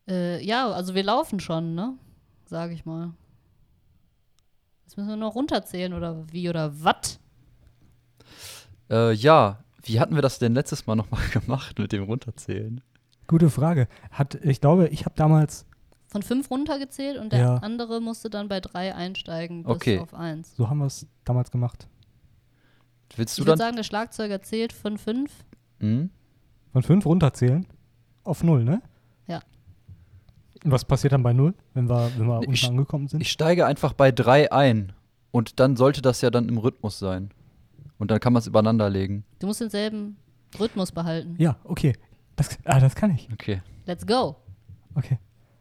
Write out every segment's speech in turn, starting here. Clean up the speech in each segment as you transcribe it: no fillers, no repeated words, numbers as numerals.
Ja, also wir laufen schon, ne? Sag ich mal. Jetzt müssen wir noch runterzählen oder wie oder was? Ja, wie hatten wir das denn letztes Mal nochmal gemacht mit dem Runterzählen? Gute Frage. Ich glaube, ich habe damals, Von 5 runtergezählt und Ja. der andere musste dann bei 3 einsteigen bis Okay. auf 1. so haben wir es damals gemacht. Willst du Ich würde dann? sagen, der Schlagzeuger zählt von 5. Hm? Von 5 runterzählen auf 0, ne? Ja. Und was passiert dann bei 0, wenn wir unten Ich- angekommen sind? Ich steige einfach bei 3 ein. Und dann sollte das ja dann im Rhythmus sein. Und dann kann man es übereinander legen. Du musst denselben Rhythmus behalten. Ja, okay. Das kann ich. Okay. Let's go. Okay.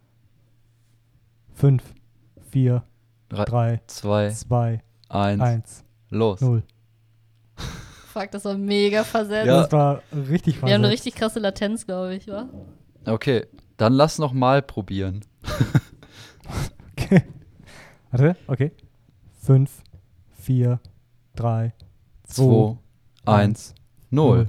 5, 4, 3, 3, 2, 2, 1, 1, los. 0. Fuck, das war mega versetzt. Ja. Das war richtig Wir haben eine versetzt. richtig krasse Latenz, glaube ich, wa? Okay, dann lass noch mal probieren. Okay. Warte, okay. 5, 4, 3, 2, 1, 0.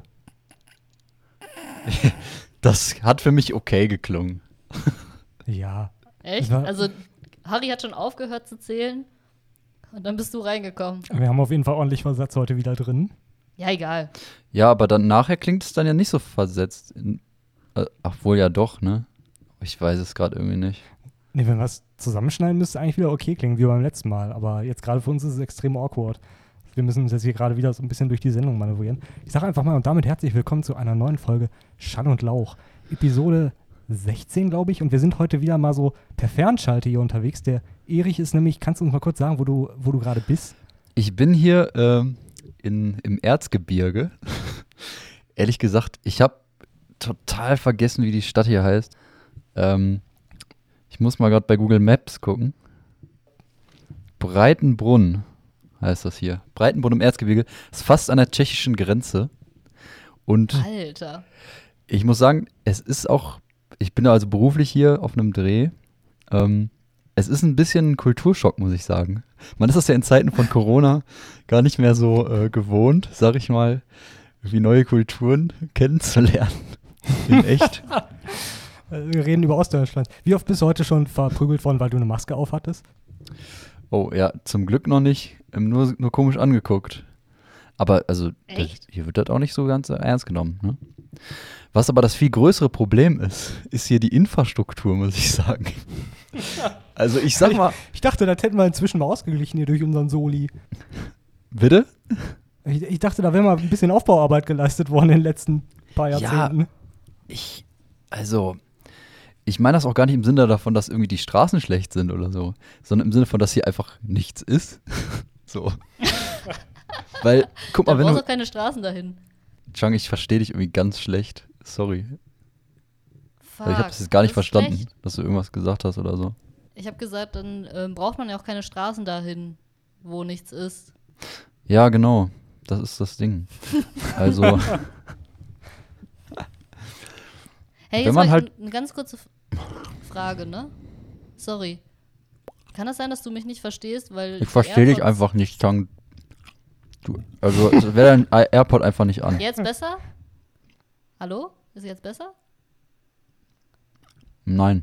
Das hat für mich okay geklungen. Ja. Echt? Das war- Also, Harry hat schon aufgehört zu zählen und dann bist du reingekommen. Wir haben auf jeden Fall ordentlich Versatz heute wieder drin. Ja, egal. Ja, aber dann nachher klingt es dann ja nicht so versetzt. Obwohl ja doch, ne? Ich weiß es gerade irgendwie nicht. Ne, wenn wir es zusammenschneiden, müsste es eigentlich wieder okay klingen, wie beim letzten Mal. Aber jetzt gerade für uns ist es extrem awkward. Wir müssen uns jetzt hier gerade wieder so ein bisschen durch die Sendung manövrieren. Ich sage einfach mal und damit herzlich willkommen zu einer neuen Folge Schall und Lauch. Episode 16, glaube ich. Und wir sind heute wieder mal so per Fernschalte hier unterwegs. Der Erich ist nämlich, kannst du uns mal kurz sagen, wo du gerade bist? Ich bin hier im Erzgebirge. Ehrlich gesagt, ich habe total vergessen, wie die Stadt hier heißt. Ich muss mal gerade bei Google Maps gucken. Breitenbrunn heißt das hier. Breitenbrunn im Erzgebirge. Ist fast an der tschechischen Grenze. Und Alter. ich muss sagen, es ist auch, ich bin also beruflich hier auf einem Dreh. Es ist ein bisschen ein Kulturschock, muss ich sagen. Man ist das ja in Zeiten von Corona gar nicht mehr so gewohnt, sag ich mal, wie neue Kulturen kennenzulernen. In echt. Wir reden über Ostdeutschland. Wie oft bist du heute schon verprügelt worden, weil du eine Maske aufhattest? Oh ja, zum Glück noch nicht. Nur komisch angeguckt. Aber also, Echt? hier wird das auch nicht so ganz ernst genommen. Ne? Was aber das viel größere Problem ist hier die Infrastruktur, muss ich sagen. Also ich sag mal, Ich dachte, das hätten wir inzwischen mal ausgeglichen hier durch unseren Soli. bitte? Ich dachte, da wäre mal ein bisschen Aufbauarbeit geleistet worden in den letzten paar Ja. Jahrzehnten. Ich meine das auch gar nicht im Sinne davon, dass irgendwie die Straßen schlecht sind oder so, sondern im Sinne von, dass hier einfach nichts ist. So. Weil, guck Da mal, wenn brauchst du, du keine Straßen dahin. Chang, ich verstehe dich irgendwie ganz schlecht. Sorry. Fuck. Also ich habe das jetzt gar nicht das ist verstanden, schlecht. dass du irgendwas gesagt hast oder so. Ich habe gesagt, dann braucht man ja auch keine Straßen dahin, wo nichts ist. Ja, genau. Das ist das Ding. Also, Hey, Wenn jetzt man mal halt- eine ganz kurze Frage, ne? Sorry. Kann das sein, dass du mich nicht verstehst? Weil ich verstehe dich AirPods- einfach nicht, Chang. Also wäre dein AirPod einfach nicht an. Jetzt besser? Hallo? Ist jetzt besser? Nein.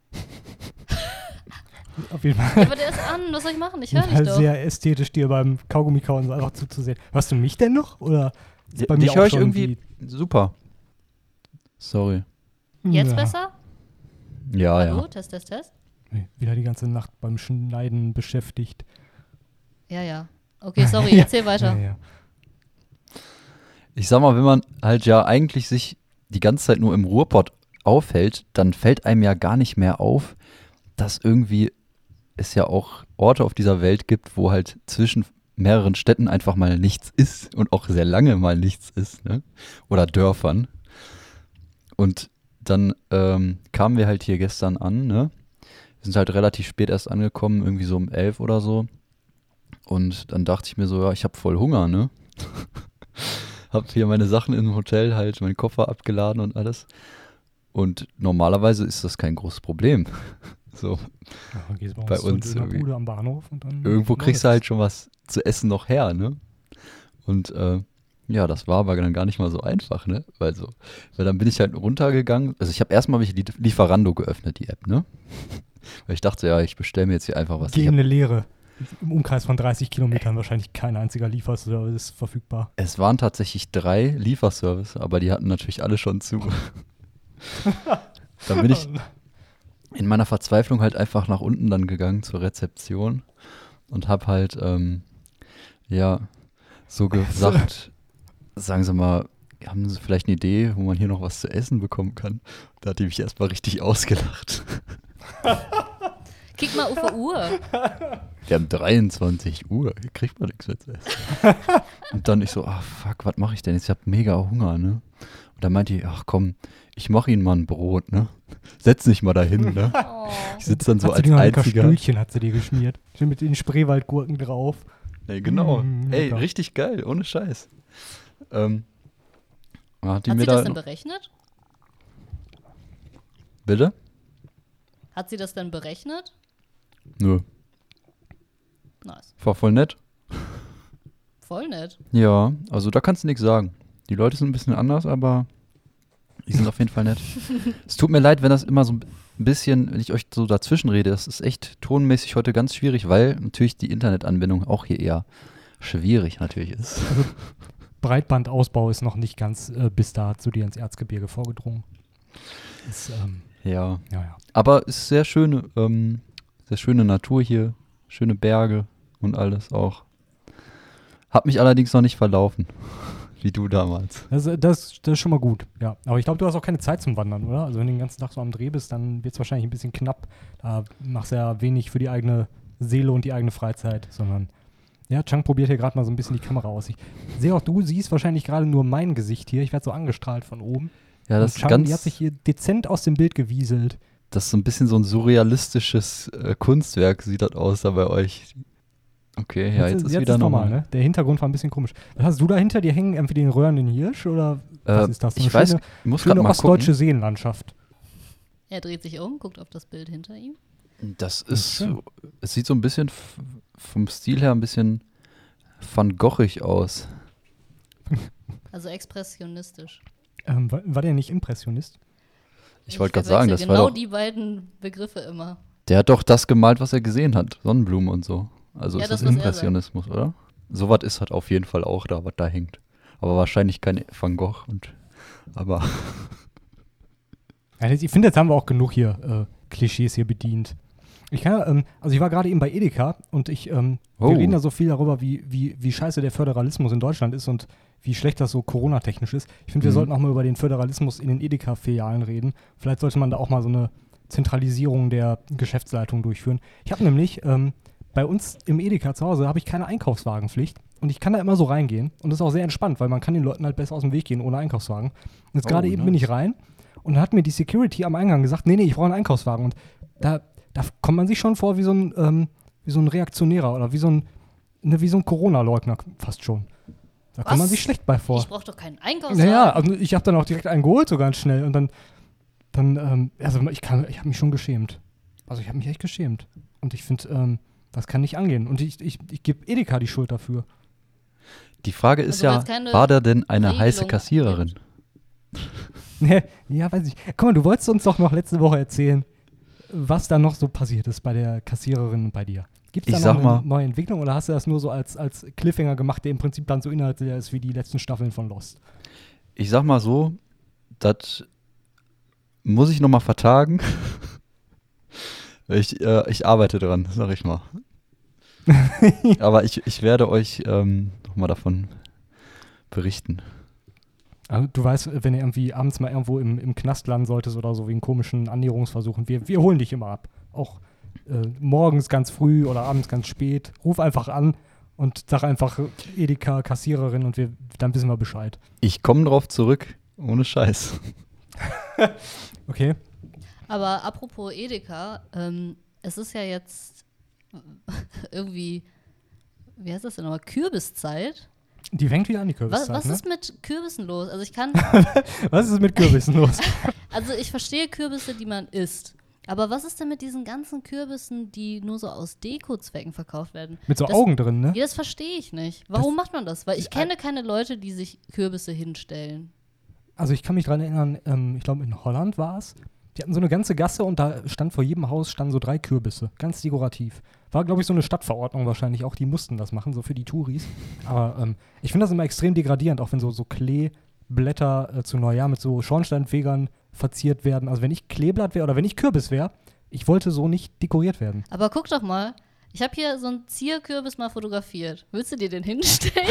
Auf jeden Ja, Fall. aber der ist an. Was soll ich machen? Ich höre dich Halt doch. sehr ästhetisch, dir beim Kaugummi-Kauen so einfach zuzusehen. Hörst du mich denn noch? Oder ist bei mir Dich auch höre ich schon irgendwie super. Sorry. Jetzt Ja. besser? Ja, Hallo? ja. Test, Test, Test? Nee, wieder die ganze Nacht beim Schneiden beschäftigt. Ja, ja. Okay, sorry, erzähl weiter. Ja, ja. Ich sag mal, wenn man halt ja eigentlich sich die ganze Zeit nur im Ruhrpott aufhält, dann fällt einem ja gar nicht mehr auf, dass irgendwie es ja auch Orte auf dieser Welt gibt, wo halt zwischen mehreren Städten einfach mal nichts ist und auch sehr lange mal nichts ist, ne? Oder Dörfern. Und dann kamen wir halt hier gestern an, ne? Wir sind halt relativ spät erst angekommen, irgendwie so um 11 oder so. Und dann dachte ich mir so, ja, ich habe voll Hunger, ne? Hab hier meine Sachen im Hotel halt, meinen Koffer abgeladen und alles. Und normalerweise ist das kein großes Problem. So, Ja, dann gehst du Bei zur uns irgendwie. Dönerbude am Bahnhof und dann irgendwo kriegst du halt läuft's. schon was zu essen noch her, ne? Und Ja, das war aber dann gar nicht mal so einfach, ne? Weil dann bin ich halt runtergegangen. Also ich habe erstmal Lieferando geöffnet, die App, ne? Weil ich dachte, ja, ich bestelle mir jetzt hier einfach was. Gehende Leere. Im Umkreis von 30 Kilometern wahrscheinlich kein einziger Lieferservice verfügbar. Es waren tatsächlich 3 Lieferservice, aber die hatten natürlich alle schon zu. Dann bin ich in meiner Verzweiflung halt einfach nach unten dann gegangen zur Rezeption und habe halt, so gesagt, sagen Sie mal, haben Sie vielleicht eine Idee, wo man hier noch was zu essen bekommen kann? Da hat die mich erstmal richtig ausgelacht. Kick mal auf die Uhr. Wir haben 23 Uhr, hier kriegt man nichts mehr zu essen. Und dann ich so, fuck, was mache ich denn jetzt? Ich habe mega Hunger, ne? Und dann meinte die, ach komm, ich mache Ihnen mal ein Brot, ne? Setz dich mal dahin, ne? Oh. Ich sitze dann so Hat sie als dir noch einziger. Stühlchen hat sie dir geschmiert. Schön mit den Spreewaldgurken drauf. Ey, genau. Ey, lecker. richtig geil, ohne Scheiß. Hat die Hat mir sie da das denn berechnet? Bitte? Hat sie das denn berechnet? Nö, Nice. war voll nett. Voll nett. Ja, also da kannst du nichts sagen. Die Leute sind ein bisschen anders, aber die sind auf jeden Fall nett. Es tut mir leid, wenn das immer so ein bisschen, wenn ich euch so dazwischen rede, das ist echt tonmäßig heute ganz schwierig, weil natürlich die Internetanbindung auch hier eher schwierig natürlich ist. Breitbandausbau ist noch nicht ganz bis da zu dir ins Erzgebirge vorgedrungen. Ist, Ja, ja. aber es ist sehr schöne Natur hier, schöne Berge und alles auch. Hab mich allerdings noch nicht verlaufen, wie du damals. Das ist schon mal gut, ja. Aber ich glaube, du hast auch keine Zeit zum Wandern, oder? Also wenn du den ganzen Tag so am Dreh bist, dann wird es wahrscheinlich ein bisschen knapp. Da machst du ja wenig für die eigene Seele und die eigene Freizeit, sondern ja, Chang probiert hier gerade mal so ein bisschen die Kamera aus. Ich sehe auch, du siehst wahrscheinlich gerade nur mein Gesicht hier. Ich werde so angestrahlt von oben. Ja, das und ist Chang, die hat sich hier dezent aus dem Bild gewieselt. Das ist so ein bisschen so ein surrealistisches Kunstwerk, sieht das aus da bei euch. Okay, ja, jetzt ist wieder normal. Ne? Der Hintergrund war ein bisschen komisch. Was hast du da hinter dir hängen? Irgendwie den röhrenden Hirsch oder was ist das? So Ich eine weiß, schöne, ich muss gerade schöne mal ostdeutsche gucken. Seenlandschaft. Er dreht sich um, guckt auf das Bild hinter ihm. Das Das ist ist, schön. es sieht so ein bisschen vom Stil her ein bisschen Van Goghig aus. Also expressionistisch. War der nicht Impressionist? Ich wollte gerade sagen, das verwechsel war genau doch, die beiden Begriffe immer. der hat doch das gemalt, was er gesehen hat. Sonnenblumen und so. Also Ja, ist das das, was er Impressionismus, oder? Sowas ist halt auf jeden Fall auch da, was da hängt. Aber wahrscheinlich kein Van Gogh aber Ja, ich finde, jetzt haben wir auch genug hier Klischees hier bedient. Ich war gerade eben bei Edeka und wir reden da so viel darüber, wie scheiße der Föderalismus in Deutschland ist und wie schlecht das so Corona-technisch ist. Ich finde, wir sollten auch mal über den Föderalismus in den Edeka-Filialen reden. Vielleicht sollte man da auch mal so eine Zentralisierung der Geschäftsleitung durchführen. Ich habe nämlich bei uns im Edeka zu Hause habe ich keine Einkaufswagenpflicht und ich kann da immer so reingehen und das ist auch sehr entspannt, weil man kann den Leuten halt besser aus dem Weg gehen ohne Einkaufswagen. Und jetzt gerade eben bin ich rein und dann hat mir die Security am Eingang gesagt, nee, ich brauche einen Einkaufswagen und da kommt man sich schon vor wie so ein Reaktionärer oder wie so ein Corona-Leugner fast schon. Da kommt man Was? sich schlecht bei vor. Ich brauche doch keinen Einkaufswagen. Naja, also ich habe dann auch direkt einen geholt, so ganz schnell. Und dann ich habe mich schon geschämt. Also ich habe mich echt geschämt. Und ich finde, das kann nicht angehen. Und ich gebe Edeka die Schuld dafür. die Frage ist Also, weil es keine war da denn eine Regelung heiße Kassiererin? Ja, weiß ich. Guck mal, du wolltest uns doch noch letzte Woche erzählen, was da noch so passiert ist bei der Kassiererin und bei dir. Gibt es Ich da noch sag mal- eine neue Entwicklung oder hast du das nur so als Cliffhanger gemacht, der im Prinzip dann so inhaltlich ist wie die letzten Staffeln von Lost? Ich sag mal so, das muss ich nochmal vertagen. Ich arbeite dran, sag ich mal. Aber ich werde euch nochmal davon berichten. Also, du weißt, wenn du irgendwie abends mal irgendwo im Knast landen solltest oder so wegen komischen Annäherungsversuchen, wir holen dich immer ab. Auch morgens ganz früh oder abends ganz spät. Ruf einfach an und sag einfach Edeka, Kassiererin und dann wissen wir Bescheid. Ich komme drauf zurück, ohne Scheiß. Okay? Aber apropos Edeka, es ist ja jetzt irgendwie, wie heißt das denn nochmal, Kürbiszeit. Die fängt wieder an, die Was Kürbiszeit, ne? ist mit Kürbissen los? Also Was ist mit Kürbissen los? also ich verstehe Kürbisse, die man isst. Aber was ist denn mit diesen ganzen Kürbissen, die nur so aus Deko-Zwecken verkauft werden? Mit so Das- Augen drin, ne? Ja, das verstehe ich nicht. Warum macht man das? Weil ich kenne keine Leute, die sich Kürbisse hinstellen. Also ich kann mich dran erinnern, ich glaube in Holland war es. Die hatten so eine ganze Gasse und da stand vor jedem Haus standen so 3 Kürbisse. Ganz dekorativ. War, glaube ich, so eine Stadtverordnung wahrscheinlich auch. Die mussten das machen, so für die Touris. Aber ich finde das immer extrem degradierend, auch wenn so Kleeblätter zu Neujahr mit so Schornsteinfegern verziert werden. Also wenn ich Kleeblatt wäre oder wenn ich Kürbis wäre, ich wollte so nicht dekoriert werden. Aber guck doch mal, ich habe hier so einen Zierkürbis mal fotografiert. Willst du dir den hinstellen?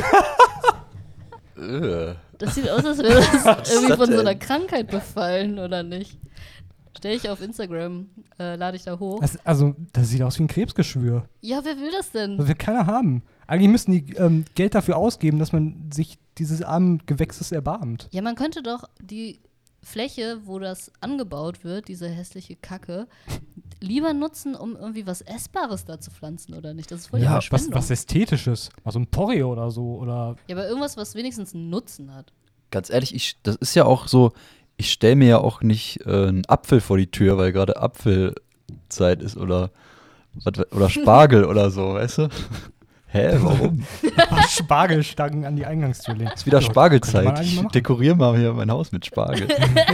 Das sieht aus, als wäre das irgendwie das von so denn? einer Krankheit befallen, oder nicht? Stell ich auf Instagram, lade ich da hoch. Also das sieht aus wie ein Krebsgeschwür. Ja, wer will das denn? Das will keiner haben. Eigentlich müssten die Geld dafür ausgeben, dass man sich dieses armen Gewächses erbarmt. Ja, man könnte doch die Fläche, wo das angebaut wird, diese hässliche Kacke, lieber nutzen, um irgendwie was Essbares da zu pflanzen, oder nicht? Das ist voll die Ja, Verschwendung. was Ästhetisches. Mal so ein Porree oder so. Oder Ja, aber irgendwas, was wenigstens einen Nutzen hat. Ganz ehrlich, das ist ja auch so, ich stelle mir ja auch nicht einen Apfel vor die Tür, weil gerade Apfelzeit ist oder Spargel oder so, weißt du? Hä, warum? Spargelstangen an die Eingangstür legen. Ist wieder Ja, könnte man Spargelzeit. eigentlich Ich mal machen. dekoriere mal hier mein Haus mit Spargel.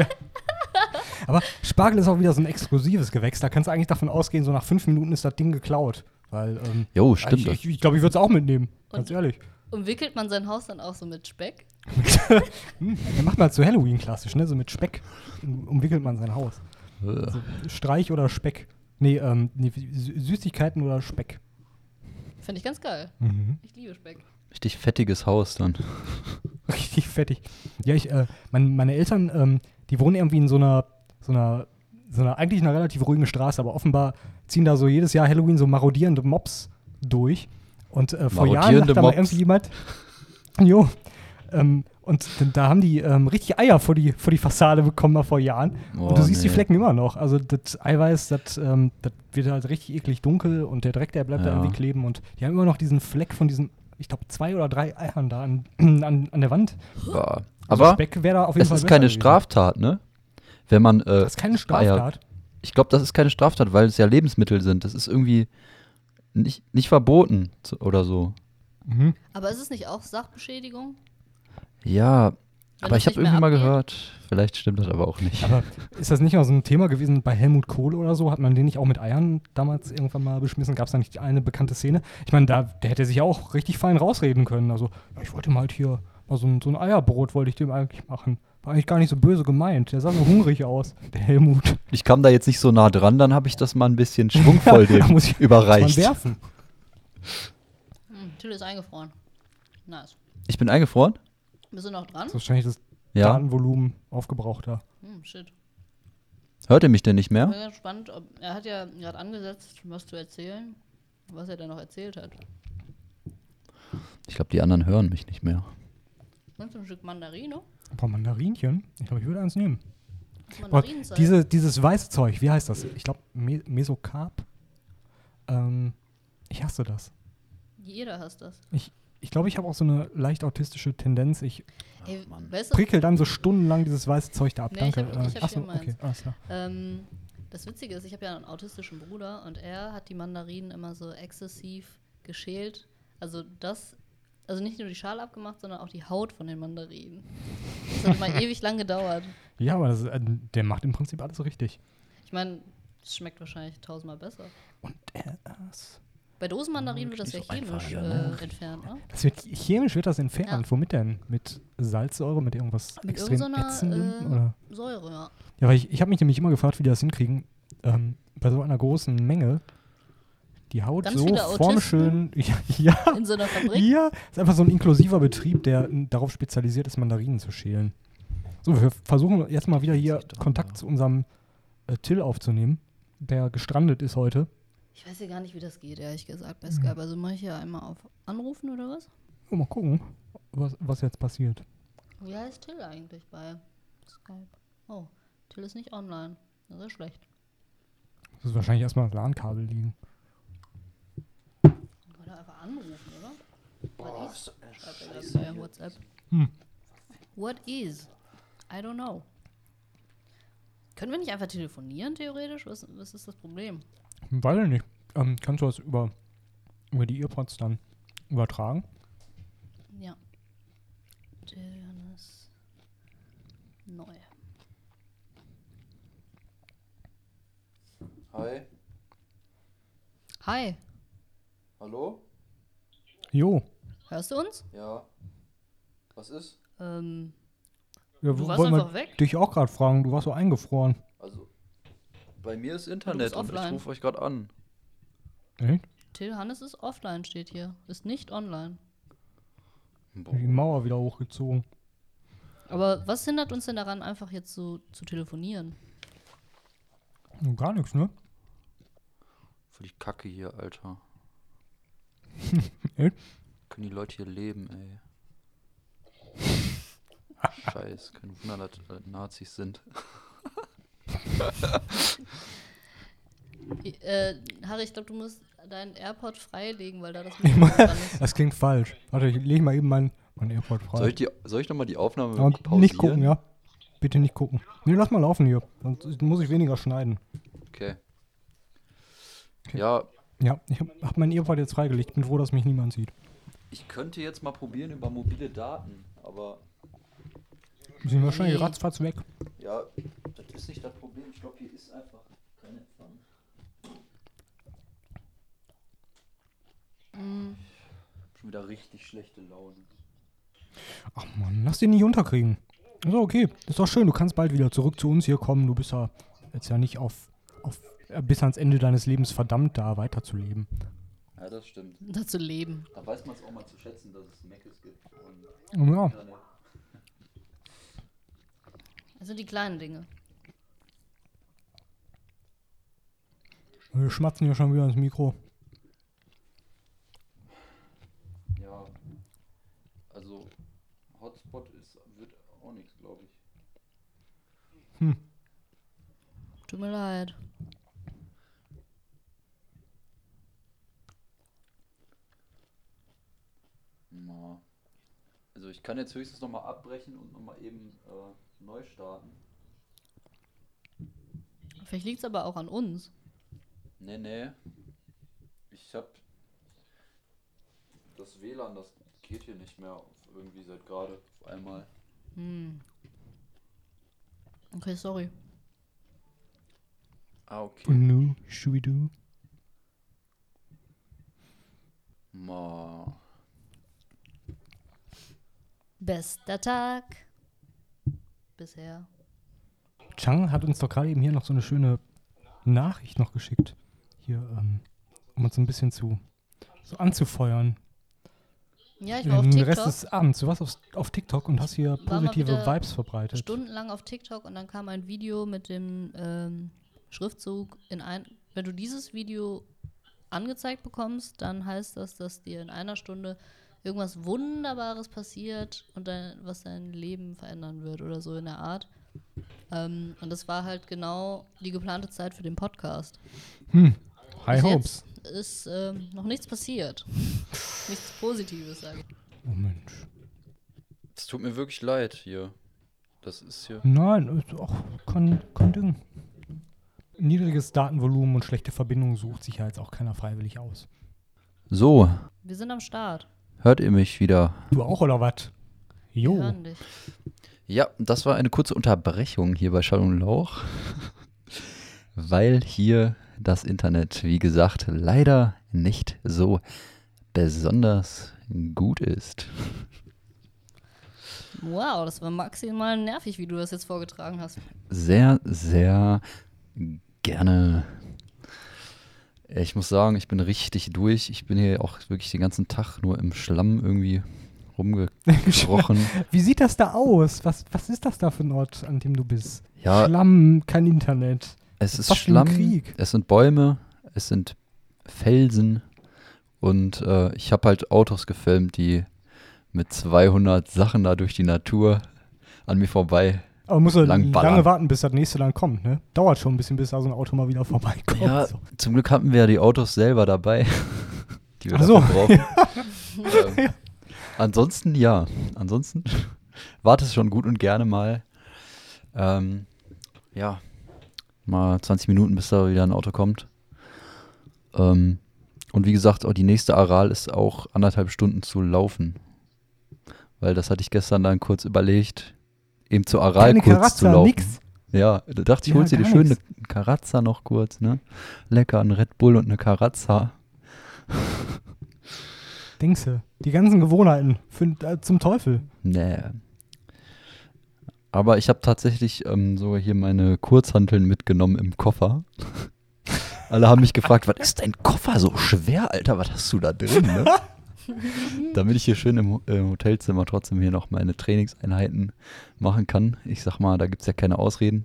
Aber Spargel ist auch wieder so ein exklusives Gewächs. Da kannst du eigentlich davon ausgehen, so nach 5 Minuten ist das Ding geklaut. Weil, Jo, stimmt. ich glaube, ich würde es auch mitnehmen. Ganz Und- ehrlich. Umwickelt man sein Haus dann auch so mit Speck? Ja, macht man zu Halloween klassisch, ne? So mit Speck umwickelt man sein Haus. So, Streich oder Speck. Nee, Süßigkeiten oder Speck. Finde ich ganz geil. Mhm. Ich liebe Speck. Richtig fettiges Haus dann. Richtig fettig. Ja, meine Eltern, die wohnen irgendwie in so einer eigentlich einer relativ ruhigen Straße, aber offenbar ziehen da so jedes Jahr Halloween so marodierende Mobs durch. Und vor Jahren Marodierende hat da mal Mobs? irgendwie jemand. Jo. Und da haben die richtig Eier vor die Fassade bekommen mal vor Jahren. Oh, und du siehst die nee. Flecken immer noch. Also das Eiweiß, das wird halt richtig eklig dunkel und der Dreck, der bleibt da Ja. irgendwie kleben. Und die haben immer noch diesen Fleck von diesen, ich glaube, 2 oder 3 Eiern da an der Wand. Ja. Also Aber Speck wäre da auf jeden es Fall ist besser keine gewesen. Straftat, ne? Wenn man Das ist keine Straftat. Ich glaube, das ist keine Straftat, weil es ja Lebensmittel sind. Das ist irgendwie nicht verboten oder so. Mhm. Aber ist es nicht auch Sachbeschädigung? Ja, Wenn aber das ich habe nicht mehr irgendwie mal abgeht? gehört, vielleicht stimmt das aber auch nicht. Aber ist das nicht mal so ein Thema gewesen bei Helmut Kohl oder so? Hat man den nicht auch mit Eiern damals irgendwann mal beschmissen? Gab es da nicht eine bekannte Szene? Ich meine, der hätte sich ja auch richtig fein rausreden können. Also, ja, ich wollte mal halt hier mal so ein Eierbrot wollte ich dem eigentlich machen. War eigentlich gar nicht so böse gemeint. Der sah so hungrig aus, der Helmut. Ich kam da jetzt nicht so nah dran, dann habe ich das mal ein bisschen schwungvoll Da dem muss ich überreicht. mal werfen. Till ist eingefroren. Nice. Ich bin eingefroren? Bist du noch dran? Das ist wahrscheinlich das Ja. Datenvolumen aufgebraucht da. Shit. Hört ihr mich denn nicht Ich bin mehr? ganz spannend, er hat ja gerade angesetzt, was zu erzählen, was er da noch erzählt hat. Ich glaube, die anderen hören mich nicht mehr. Und so ein Stück Mandarine. Ein paar Mandarinchen. Ich glaube, ich würde eins nehmen. Das Aber Mandarinenzeit. dieses weiße Zeug, wie heißt das? Ich glaube, Mesokarp. Ich hasse das. Jeder hasst das. Ich glaube, ich habe auch so eine leicht autistische Tendenz. Ich Ey, weißt du, prickel dann so stundenlang dieses weiße Zeug da ab. Nee, ich Danke. hab hier achso, meins. okay, alles klar. das Witzige ist, ich habe ja einen autistischen Bruder und er hat die Mandarinen immer so exzessiv geschält. Also nicht nur die Schale abgemacht, sondern auch die Haut von den Mandarinen. Das hat mal ewig lang gedauert. Ja, aber der macht im Prinzip alles richtig. Ich meine, es schmeckt wahrscheinlich 1000-mal besser. Und das Bei Dosenmandarinen wird das ja Nicht so einfach, chemisch ne? entfernt, ne? chemisch wird das entfernt. Ja. Womit denn? Mit Salzsäure, mit irgendwas Mit extrem irgendeiner, ätzendem? Oder? Säure, ja. Ja, weil ich habe mich nämlich immer gefragt, wie die das hinkriegen. Bei so einer großen Menge die Haut Ganz so viele Autisten? formschön. Ja, In so einer Fabrik. ja, ist einfach so ein inklusiver Betrieb, der darauf spezialisiert ist, Mandarinen zu schälen. So, wir versuchen jetzt mal wieder hier Kontakt zu unserem Till aufzunehmen, der gestrandet ist heute. Ich weiß ja gar nicht, wie das geht, ehrlich gesagt, bei Skype. Also mache ich hier einmal auf Anrufen oder was? Oh, mal gucken, was jetzt passiert. Wie heißt Till eigentlich bei Skype? Oh, Till ist nicht online. Das ist ja schlecht. Das ist wahrscheinlich erstmal das LAN-Kabel liegen. Kann er einfach anrufen, oder? What is? Schreibt er gerade bei WhatsApp. Hm. What is? I don't know. Können wir nicht einfach telefonieren, theoretisch? Was ist das Problem? Weiß ich nicht. Kannst du das über die Earpods dann übertragen? Ja. Johannes Neu. Hi. Hi, Hallo? Jo. hörst du uns? Ja. Was ist? Ja, Du warst wollten wir einfach weg. dich auch gerade fragen. Du warst so eingefroren. Also, bei mir ist bist Internet und ich offline. rufe euch gerade an. Echt? Till Hannes ist offline, steht hier. Ist nicht online. Boah. Die Mauer wieder hochgezogen. Aber was hindert uns denn daran, einfach jetzt so zu telefonieren? Gar nichts, ne? Für die Kacke hier, Alter. Echt? Können die Leute hier leben, ey. Scheiß, kein Wunder, dass Nazis sind. Harry, ich glaube, du musst deinen AirPod freilegen, weil da das Ich Mikrofon mein, dran ist. das klingt falsch. Warte, ich lege mal eben mein AirPod frei. Soll ich nochmal die Aufnahme Aber pausieren? nicht gucken, ja? Bitte nicht gucken. Nee, lass mal laufen hier. Sonst muss ich weniger schneiden. Okay. Okay. Ja, Ja, ich hab mein AirPod jetzt freigelegt. Ich bin froh, dass mich niemand sieht. ich könnte jetzt mal probieren über mobile Daten, aber Wir sind wahrscheinlich Nee. ratzfatz weg. ja, das ist nicht das Problem. Ich glaube, hier ist einfach kein Empfang. Schon wieder richtig schlechte Laune. Ach man, lass den nicht unterkriegen. Ist doch okay. Ist doch schön. Du kannst bald wieder zurück zu uns hier kommen. Du bist ja jetzt ja nicht bis ans Ende deines Lebens verdammt, da weiterzuleben. Ja, das stimmt. Dazu leben. Da weiß man es auch mal zu schätzen, dass es Meckes gibt. Und Ja, Internet. Das sind die kleinen Dinge. wir schmatzen hier schon wieder ins Mikro. Ja, also Hotspot wird auch nichts, glaube ich. Tut mir leid. Na, also ich kann jetzt höchstens nochmal abbrechen und nochmal eben neu starten. Vielleicht liegt es aber auch an uns. Nee. Ich hab das WLAN, das geht hier nicht mehr irgendwie seit gerade auf einmal. Okay, sorry. Ah, okay. No, Schubidu. Ma. Bester Tag. Bisher. Chang hat uns doch gerade eben hier noch so eine schöne Nachricht noch geschickt. Hier, um uns ein bisschen so anzufeuern. Ja, ich war auf Den TikTok. Rest des Abends. Du warst auf TikTok und hast hier War mal positive wieder Vibes verbreitet. Stundenlang auf TikTok und dann kam ein Video mit dem Schriftzug wenn du dieses Video angezeigt bekommst, dann heißt das, dass dir in einer Stunde irgendwas Wunderbares passiert und was dein Leben verändern wird oder so in der Art. Und das war halt genau die geplante Zeit für den Podcast. High Bis Hopes. jetzt ist noch nichts passiert. Nichts Positives, sage ich. Oh Mensch. Es tut mir wirklich leid hier. Das ist hier. Nein, ist auch kein Ding. Niedriges Datenvolumen und schlechte Verbindungen sucht sich ja jetzt auch keiner freiwillig aus. So, Wir sind am Start. hört ihr mich wieder? Du auch oder was? Wir Jo. hören dich. Ja, das war eine kurze Unterbrechung hier bei Schall und Lauch, weil hier das Internet, wie gesagt, leider nicht so besonders gut ist. Wow, das war maximal nervig, wie du das jetzt vorgetragen hast. Sehr, sehr gerne. Ich muss sagen, ich bin richtig durch. Ich bin hier auch wirklich den ganzen Tag nur im Schlamm irgendwie rumgekrochen. Wie sieht das da aus? Was ist das da für ein Ort, an dem du bist? Ja. Schlamm, kein Internet. Es ist Fast wie im Schlamm, Krieg. es sind Bäume, es sind Felsen und ich habe halt Autos gefilmt, die mit 200 Sachen da durch die Natur an mir vorbei. Aber musst du Lang ballern. lange warten, bis das nächste dann kommt, ne? Dauert schon ein bisschen, bis da so ein Auto mal wieder vorbeikommt. Ja, So. zum Glück hatten wir ja die Autos selber dabei, die wir Ach so. dafür brauchen. Ansonsten warte es schon gut und gerne mal. Ja, Mal 20 Minuten, bis da wieder ein Auto kommt. Und wie gesagt, auch die nächste Aral ist auch 1,5 Stunden zu laufen. Weil das hatte ich gestern dann kurz überlegt, eben zur Aral Keine kurz Karazza, zu laufen. nix. Ja, da dachte ich, Ja, holst dir die gar schöne nix. Karazza noch kurz, ne? Lecker, ein Red Bull und eine Karazza. Dingse. Die ganzen Gewohnheiten zum Teufel. Nee. Aber ich habe tatsächlich sogar hier meine Kurzhanteln mitgenommen im Koffer. Alle haben mich gefragt, was ist dein Koffer so schwer, Alter? Was hast du da drin, ne? Damit ich hier schön im Hotelzimmer trotzdem hier noch meine Trainingseinheiten machen kann. Ich sag mal, da gibt es ja keine Ausreden.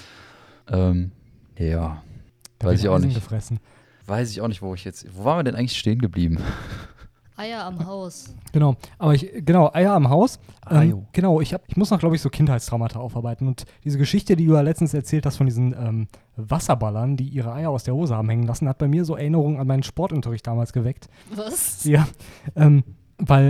Ja, Da weiß wird ich auch Eisen nicht. gefressen. Weiß ich auch nicht, wo waren wir denn eigentlich stehen geblieben? Eier am Haus. Genau, Eier am Haus. Jo. Genau, ich muss noch, glaube ich, so Kindheitstraumata aufarbeiten. Und diese Geschichte, die du ja letztens erzählt hast von diesen Wasserballern, die ihre Eier aus der Hose haben hängen lassen, hat bei mir so Erinnerungen an meinen Sportunterricht damals geweckt. Was? Ja, weil,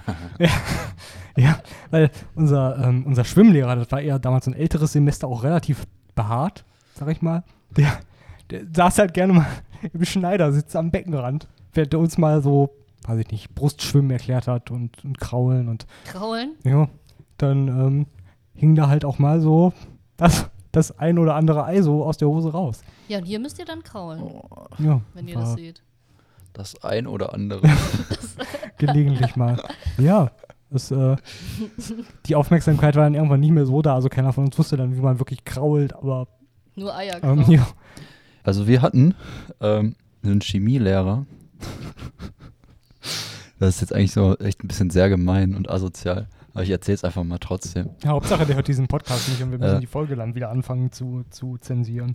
weil unser Schwimmlehrer, das war eher damals ein älteres Semester, auch relativ behaart, sag ich mal. Der saß halt gerne mal im Schneidersitz am Beckenrand, während der uns mal so, weiß ich nicht, Brustschwimmen erklärt hat und Kraulen und Kraulen? ja, dann hing da halt auch mal so das ein oder andere Ei so aus der Hose raus. Ja, und hier müsst ihr dann kraulen, Ja, wenn ihr war das seht. Das ein oder andere. gelegentlich mal. Ja, die Aufmerksamkeit war dann irgendwann nicht mehr so da, also keiner von uns wusste dann, wie man wirklich krault, aber Nur Eier kraulen. ja. Also wir hatten einen Chemielehrer. Das ist jetzt eigentlich so echt ein bisschen sehr gemein und asozial. Aber ich erzähl's einfach mal trotzdem. Ja, Hauptsache, der hört diesen Podcast nicht und wir müssen Ja. die Folge dann wieder anfangen zu zensieren.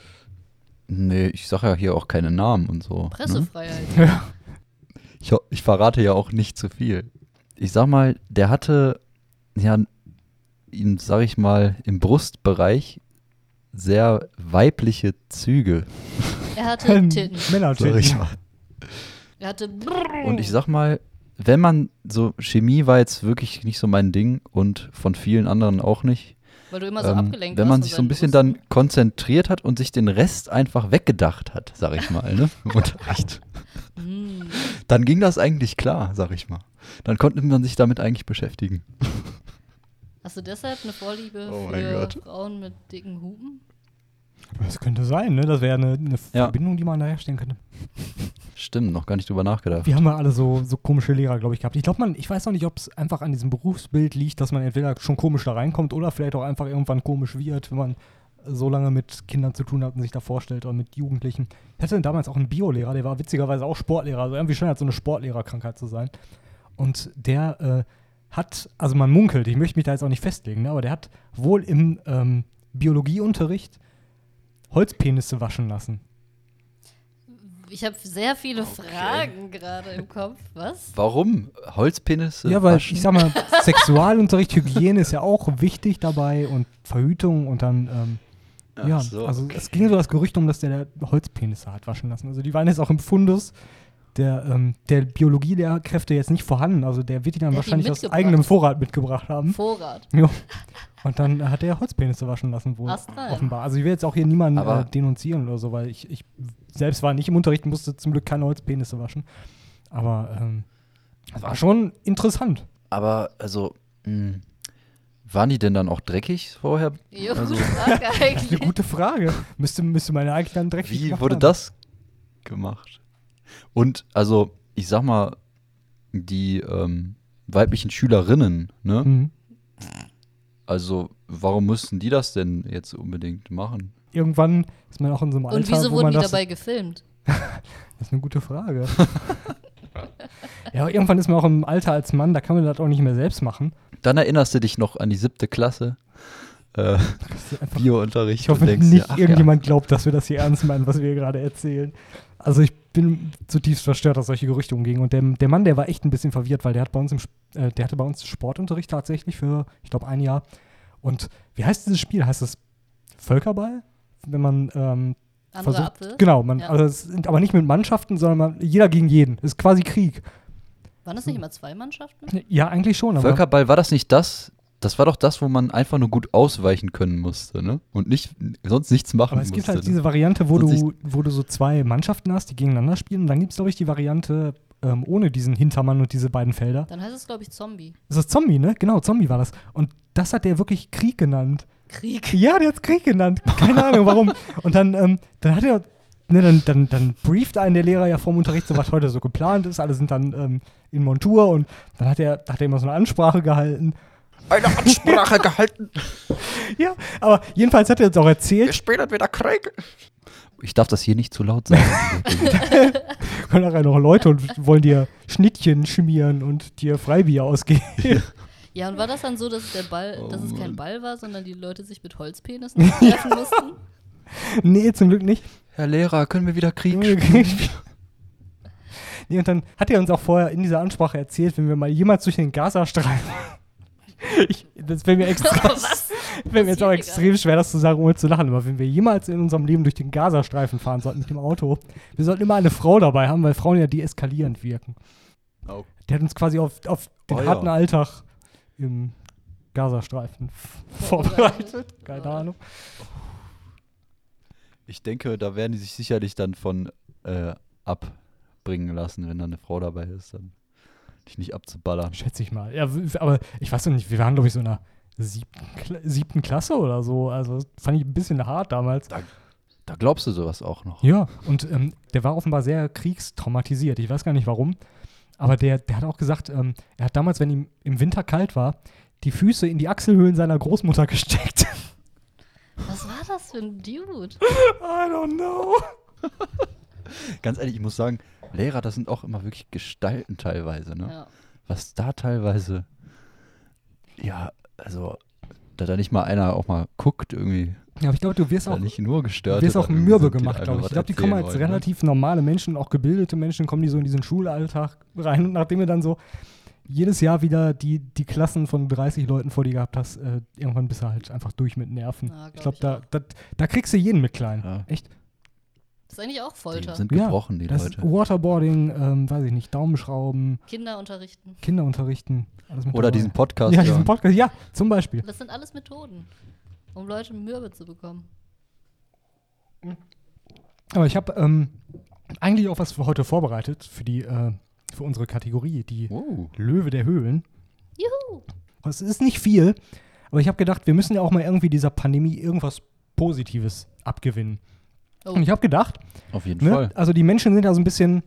Nee, ich sage ja hier auch keine Namen und so. Ne? Pressefreiheit. Ja. Ich verrate ja auch nicht zu viel. Ich sag mal, der hatte ja ihn, sag ich mal, im Brustbereich sehr weibliche Züge. Er hatte Titten. Sag ich Männertitten. mal. Er hatte Und ich sag mal, wenn man so, Chemie war jetzt wirklich nicht so mein Ding und von vielen anderen auch nicht. weil du immer so abgelenkt Wenn warst man von sich so ein seinen bisschen Brüsten. dann konzentriert hat und sich den Rest einfach weggedacht hat, sag ich mal, ne, im Unterricht, dann ging das eigentlich klar, sag ich mal. Dann konnte man sich damit eigentlich beschäftigen. Hast du deshalb eine Vorliebe Oh mein für Gott. Frauen mit dicken Hupen? Das könnte sein, ne? Das wäre eine Ja. Verbindung, die man da herstellen könnte. Stimmt, noch gar nicht drüber nachgedacht. Wir haben ja alle so komische Lehrer, glaube ich, gehabt. Ich weiß noch nicht, ob es einfach an diesem Berufsbild liegt, dass man entweder schon komisch da reinkommt oder vielleicht auch einfach irgendwann komisch wird, wenn man so lange mit Kindern zu tun hat und sich da vorstellt oder mit Jugendlichen. Ich hatte damals auch einen Biolehrer, der war witzigerweise auch Sportlehrer, also irgendwie scheint halt so eine Sportlehrerkrankheit zu sein. Und der hat, also man munkelt, ich möchte mich da jetzt auch nicht festlegen, ne, aber der hat wohl im Biologieunterricht Holzpenisse waschen lassen. Ich habe sehr viele Fragen gerade im Kopf. Was? Warum? Holzpenisse? Ja, weil waschen? ich sag mal, Sexualunterricht, Hygiene ist ja auch wichtig dabei und Verhütung und dann, ja, Ach so, also okay. es ging so das Gerücht um, dass der Holzpenisse hat waschen lassen. Also die waren jetzt auch im Fundus der Biologielehrkräfte jetzt nicht vorhanden. Also der wird die dann Der hat die wahrscheinlich aus mitgebracht. eigenem Vorrat mitgebracht haben. Vorrat. Jo. Und dann hat er Holzpenisse waschen lassen wohl, Astrein. offenbar. Also ich will jetzt auch hier niemanden Aber- denunzieren oder so, weil ich selbst war nicht im Unterricht, musste zum Glück keine Holzpenisse waschen. Aber war schon interessant. Aber, also, waren die denn dann auch dreckig vorher? Jo, Also- gute Frage Das ist eine eigentlich. gute Frage. Müsste meine eigentlich dann dreckig Wie gemacht wurde haben. das gemacht? Und, also, ich sag mal, die weiblichen Schülerinnen, ne? Mhm. Also, warum müssten die das denn jetzt unbedingt machen? Irgendwann ist man auch in so einem Alter, Und wieso wo wurden man die das... dabei gefilmt? Das ist eine gute Frage. Ja, aber irgendwann ist man auch im Alter als Mann, da kann man das auch nicht mehr selbst machen. Dann erinnerst du dich noch an die 7. Klasse Das ist einfach, Biounterricht. ich hoffe und denkst nicht, dir, ach irgendjemand glaubt, dass wir das hier ernst meinen, was wir gerade erzählen. Also ich bin zutiefst verstört, dass solche Gerüchte umgingen. Und der Mann, der war echt ein bisschen verwirrt, weil der hatte bei uns Sportunterricht tatsächlich für, ich glaube, ein Jahr. Und wie heißt dieses Spiel? Heißt es Völkerball? Wenn man Andere versucht, Apfel? genau, Ja. also es sind aber nicht mit Mannschaften, sondern jeder gegen jeden. Es ist quasi Krieg. Waren das nicht immer 2 Mannschaften? Ja, eigentlich schon. ja. Aber Völkerball, war das nicht das, Das war doch das, wo man einfach nur gut ausweichen können musste, ne? Und sonst nichts machen Aber es musste. gibt halt ne? diese Variante, wo Sonst du so zwei Mannschaften hast, die gegeneinander spielen. Und dann gibt es, glaube ich, die Variante ohne diesen Hintermann und diese beiden Felder. Dann heißt es, glaube ich, Zombie. Das ist Zombie, ne? Genau, Zombie war das. Und das hat der wirklich Krieg genannt. Krieg. Ja, der hat Krieg genannt. Keine Ahnung, warum. Und dann hat er, ne, dann brieft einen der Lehrer ja vorm Unterricht, so was heute so geplant ist. Alle sind dann in Montur und dann hat er immer so eine Ansprache gehalten. Eine Ansprache gehalten. Ja, aber jedenfalls hat er uns auch erzählt. Später wieder Krieg. Ich darf das hier nicht zu laut sagen. Kommen nachher noch Leute und wollen dir Schnittchen schmieren und dir Freibier ausgeben. Ja, und war das dann so, dass dass es kein Ball war, sondern die Leute sich mit Holzpenissen treffen mussten? Nee, zum Glück nicht. Herr Lehrer, können wir wieder Krieg spielen? Nee, und dann hat er uns auch vorher in dieser Ansprache erzählt, wenn wir mal jemals durch den Gazastreifen. Das wäre mir extra. Was? Wäre mir jetzt auch extrem schwer, das zu sagen, ohne zu lachen. Aber wenn wir jemals in unserem Leben durch den Gazastreifen fahren sollten mit dem Auto, wir sollten immer eine Frau dabei haben, weil Frauen ja deeskalierend wirken. Oh. Der hat uns quasi auf den harten Alltag im Gazastreifen vorbereitet. Keine Ahnung. Ich denke, da werden die sich sicherlich dann von abbringen lassen, wenn da eine Frau dabei ist, dann dich nicht abzuballern. Schätze ich mal. Ja, aber ich weiß noch nicht, wir waren, glaube ich, so in der siebten Klasse oder so. Also das fand ich ein bisschen hart damals. Da glaubst du sowas auch noch. Ja, und der war offenbar sehr kriegstraumatisiert. Ich weiß gar nicht warum. Aber der hat auch gesagt, er hat damals, wenn ihm im Winter kalt war, die Füße in die Achselhöhlen seiner Großmutter gesteckt. Was war das für ein Dude? I don't know. Ganz ehrlich, ich muss sagen, Lehrer, das sind auch immer wirklich Gestalten teilweise, ne? Ja. Was da teilweise, ja, also, da nicht mal einer auch mal guckt irgendwie. Ja, aber ich glaube, du wirst Da auch, nicht nur gestört. du wirst auch irgendwie mürbe sind, die gemacht, einfach glaube ich. was Ich glaube, die kommen erzählen als wollen, ne? relativ normale Menschen, auch gebildete Menschen, kommen die so in diesen Schulalltag rein. Und nachdem du dann so jedes Jahr wieder die Klassen von 30 Leuten vor dir gehabt hast, irgendwann bist du halt einfach durch mit Nerven. Ja, Ich glaube, glaub da kriegst du jeden mit klein. Ja. Echt? Das ist eigentlich auch Die Folter. sind Ja, gebrochen, die Das Leute. ist Waterboarding, weiß ich nicht, Daumenschrauben, Kinder unterrichten. Kinder unterrichten. Alles mit Oder dabei. diesen Podcast. Ja, diesen Podcast, ja, zum Beispiel. Das sind alles Methoden, um Leute mürbe zu bekommen. Aber ich habe eigentlich auch was für heute vorbereitet, für unsere Kategorie, die Oh. Löwe der Höhlen. Juhu! Es ist nicht viel, aber ich habe gedacht, wir müssen ja auch mal irgendwie dieser Pandemie irgendwas Positives abgewinnen. Oh. Und ich habe gedacht, Auf jeden ne, Fall. also die Menschen sind ja so ein bisschen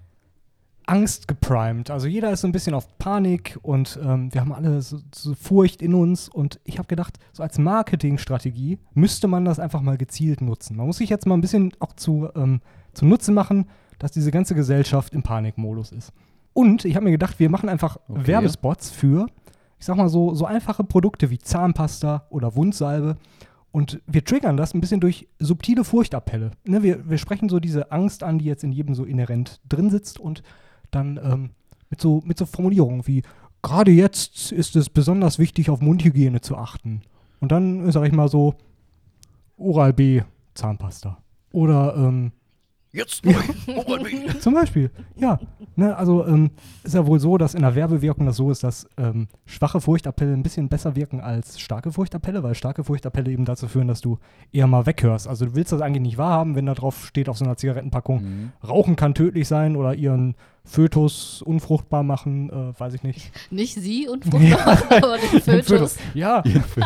Angst geprimed. Also jeder ist so ein bisschen auf Panik und wir haben alle so Furcht in uns. Und ich habe gedacht, so als Marketingstrategie müsste man das einfach mal gezielt nutzen. Man muss sich jetzt mal ein bisschen auch zunutze machen, dass diese ganze Gesellschaft im Panikmodus ist. Und ich habe mir gedacht, wir machen einfach Okay. Werbespots für, ich sag mal so einfache Produkte wie Zahnpasta oder Wundsalbe. Und wir triggern das ein bisschen durch subtile Furchtappelle. Ne, wir sprechen so diese Angst an, die jetzt in jedem so inhärent drin sitzt und dann mit so Formulierungen wie, gerade jetzt ist es besonders wichtig, auf Mundhygiene zu achten. Und dann, sag ich mal so, Oral-B Zahnpasta. Oder Jetzt zum Beispiel, ja. Ne, also ist ja wohl so, dass in der Werbewirkung das so ist, dass schwache Furchtappelle ein bisschen besser wirken als starke Furchtappelle, weil starke Furchtappelle eben dazu führen, dass du eher mal weghörst. Also du willst das eigentlich nicht wahrhaben, wenn da drauf steht auf so einer Zigarettenpackung, Rauchen kann tödlich sein oder ihren Fötus unfruchtbar machen, weiß ich nicht. Nicht sie und fruchtbar, aber den Fötus. Ja,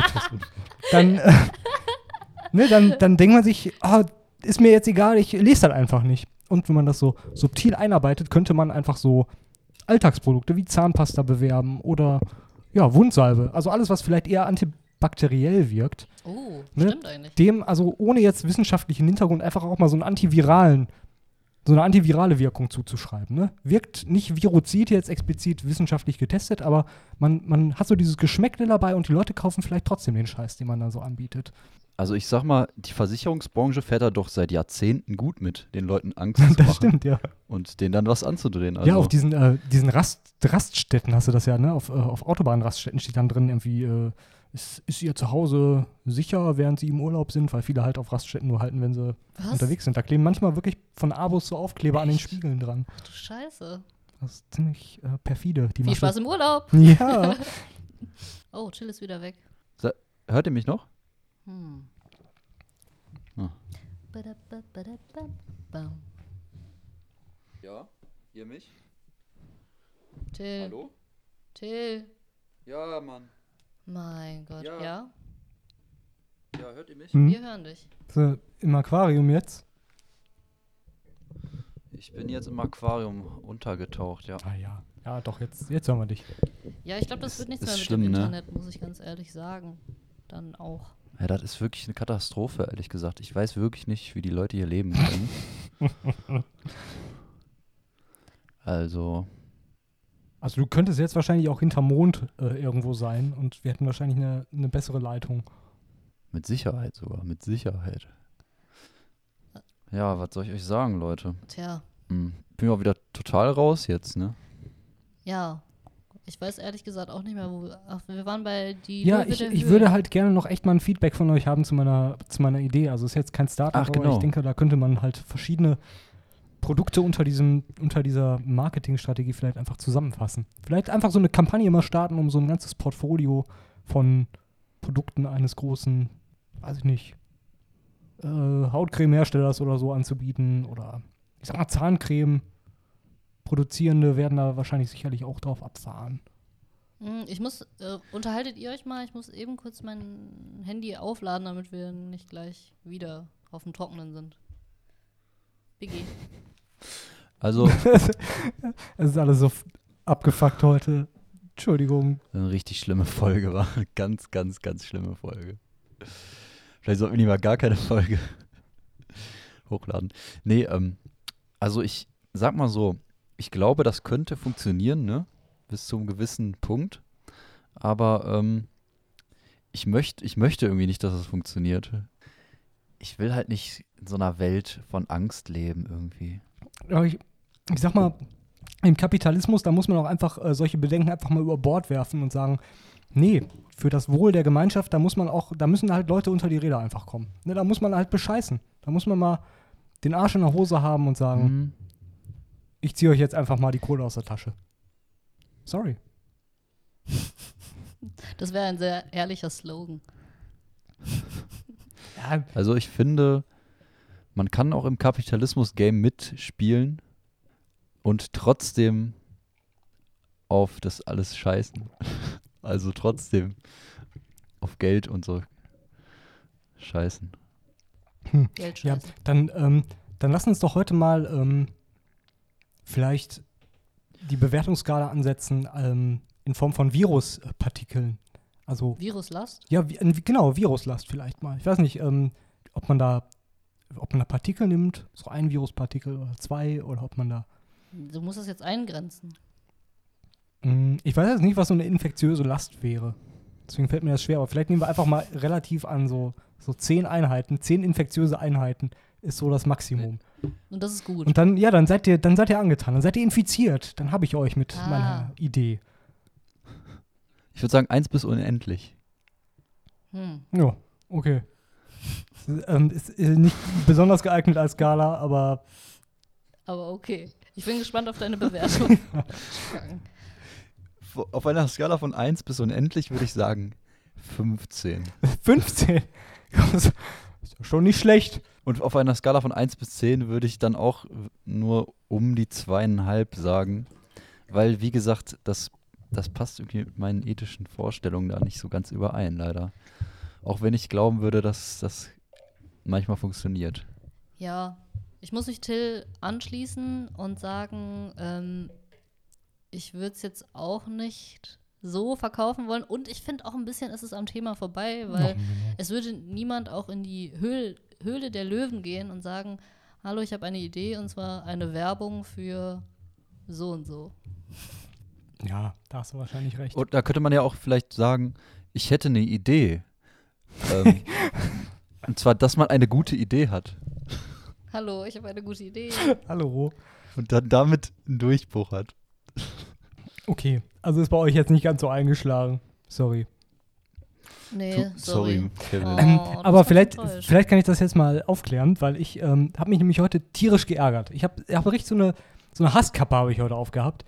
dann, dann denkt man sich, ist mir jetzt egal, ich lese das einfach nicht. Und wenn man das so subtil einarbeitet, könnte man einfach so Alltagsprodukte wie Zahnpasta bewerben oder ja, Wundsalbe. Also alles, was vielleicht eher antibakteriell wirkt. Oh, Ne? stimmt eigentlich. Dem, also ohne jetzt wissenschaftlichen Hintergrund, einfach auch mal so eine antivirale Wirkung zuzuschreiben. Ne? Wirkt nicht viruzid jetzt explizit wissenschaftlich getestet, aber man hat so dieses Geschmäckle dabei und die Leute kaufen vielleicht trotzdem den Scheiß, den man da so anbietet. Also ich sag mal, die Versicherungsbranche fährt da doch seit Jahrzehnten gut mit, den Leuten Angst zu machen. Das stimmt, ja. Und denen dann was anzudrehen. Also, Ja, auf diesen Raststätten hast du das ja, ne? Auf Autobahnraststätten steht dann drin irgendwie, ist ihr Zuhause sicher, während sie im Urlaub sind, weil viele halt auf Raststätten nur halten, wenn sie Was? unterwegs sind. Da kleben manchmal wirklich von Abos so Aufkleber an den Echt? Spiegeln dran. Ach du Scheiße. Das ist ziemlich perfide. Die Viel Masche. Spaß im Urlaub. Ja. Oh, Chill ist wieder weg. Hört ihr mich noch? Hm. Ah. Bam. Ja, ihr mich? Chill. Hallo? Chill. Ja, Mann. Mein Gott, Ja. ja? Ja, hört ihr mich? Hm? Wir hören dich. So, im Aquarium jetzt? Ich bin jetzt im Aquarium untergetaucht, ja. Ah ja. Ja, doch, jetzt hören wir dich. Ja, ich glaube, das wird nichts ist mehr mit schlimm, dem ne? Internet, muss ich ganz ehrlich sagen. Dann auch. Ja, das ist wirklich eine Katastrophe, ehrlich gesagt. Ich weiß wirklich nicht, wie die Leute hier leben können. Also, Also du könntest jetzt wahrscheinlich auch hinterm Mond irgendwo sein und wir hätten wahrscheinlich eine bessere Leitung. mit Sicherheit sogar, mit Sicherheit. Ja, was soll ich euch sagen, Leute? Tja, Bin auch wieder total raus jetzt, ne? ja. Ich weiß ehrlich gesagt auch nicht mehr, wo wir. Ach, wir waren bei die Ja, Löwe ich der Höhlen. würde halt gerne noch echt mal ein Feedback von euch haben zu meiner Idee. Also ist jetzt kein Startup, Ach, aber genau. ich denke, da könnte man halt verschiedene Produkte unter dieser Marketingstrategie vielleicht einfach zusammenfassen. Vielleicht einfach so eine Kampagne mal starten, um so ein ganzes Portfolio von Produkten eines großen, weiß ich nicht, Hautcreme-Herstellers oder so anzubieten oder ich sag mal Zahncreme. Produzierende werden da wahrscheinlich sicherlich auch drauf abfahren. Ich muss, unterhaltet ihr euch mal? Ich muss eben kurz mein Handy aufladen, damit wir nicht gleich wieder auf dem Trockenen sind. Biggie. Also, Es ist alles so abgefuckt heute. Entschuldigung. eine richtig schlimme Folge war. Ganz, ganz, ganz schlimme Folge. Vielleicht sollten wir lieber gar keine Folge hochladen. Nee, also ich sag mal so, ich glaube, das könnte funktionieren, ne? Bis zu einem gewissen Punkt. Aber ich möchte irgendwie nicht, dass es funktioniert. Ich will halt nicht in so einer Welt von Angst leben irgendwie. Aber ich sag mal, im Kapitalismus, da muss man auch einfach solche Bedenken einfach mal über Bord werfen und sagen, nee, für das Wohl der Gemeinschaft, da müssen halt Leute unter die Räder einfach kommen. Ne, da muss man halt bescheißen. Da muss man mal den Arsch in der Hose haben und sagen, ich ziehe euch jetzt einfach mal die Kohle aus der Tasche. Sorry. Das wäre ein sehr ehrlicher Slogan. Ja, Also ich finde, man kann auch im Kapitalismus-Game mitspielen und trotzdem auf das alles scheißen. Also trotzdem auf Geld und so scheißen. Geld ja scheiße. dann lass uns doch heute mal vielleicht die Bewertungsskala ansetzen in Form von Viruspartikeln. Also Viruslast? ja, genau, Viruslast vielleicht mal. Ich weiß nicht, ob man da Partikel nimmt, so ein Viruspartikel oder zwei, oder ob man da. Du musst das jetzt eingrenzen. Ich weiß jetzt nicht, was so eine infektiöse Last wäre. Deswegen fällt mir das schwer. Aber vielleicht nehmen wir einfach mal relativ an, so 10 Einheiten, 10 infektiöse Einheiten ist so das Maximum. Und das ist gut. Und dann seid ihr angetan, dann seid ihr infiziert. Dann habe ich euch mit meiner Idee. Ich würde sagen 1 bis unendlich. Ja, okay. Ist nicht besonders geeignet als Skala, aber Aber okay. Ich bin gespannt auf deine Bewertung. Auf einer Skala von 1 bis unendlich würde ich sagen 15. 15. Das ist ja schon nicht schlecht. Und auf einer Skala von 1 bis 10 würde ich dann auch nur um die 2,5 sagen. Weil, wie gesagt, das passt irgendwie mit meinen ethischen Vorstellungen da nicht so ganz überein, leider. Auch wenn ich glauben würde, dass das manchmal funktioniert. Ja, ich muss mich Till anschließen und sagen, ich würde es jetzt auch nicht so verkaufen wollen. Und ich finde auch ein bisschen, ist es am Thema vorbei, weil es würde niemand auch in die Höhle der Löwen gehen und sagen, hallo, ich habe eine Idee und zwar eine Werbung für so und so. Ja, da hast du wahrscheinlich recht. Und da könnte man ja auch vielleicht sagen, ich hätte eine Idee. Und zwar, dass man eine gute Idee hat. Hallo, ich habe eine gute Idee. Hallo. Und dann damit einen Durchbruch hat. Okay, also ist bei euch jetzt nicht ganz so eingeschlagen. Sorry. Nee, sorry. Kevin. Oh, das Aber war vielleicht enttäuscht. kann ich das jetzt mal aufklären, weil ich habe mich nämlich heute tierisch geärgert. Ich habe richtig so eine Hasskappe habe ich heute aufgehabt,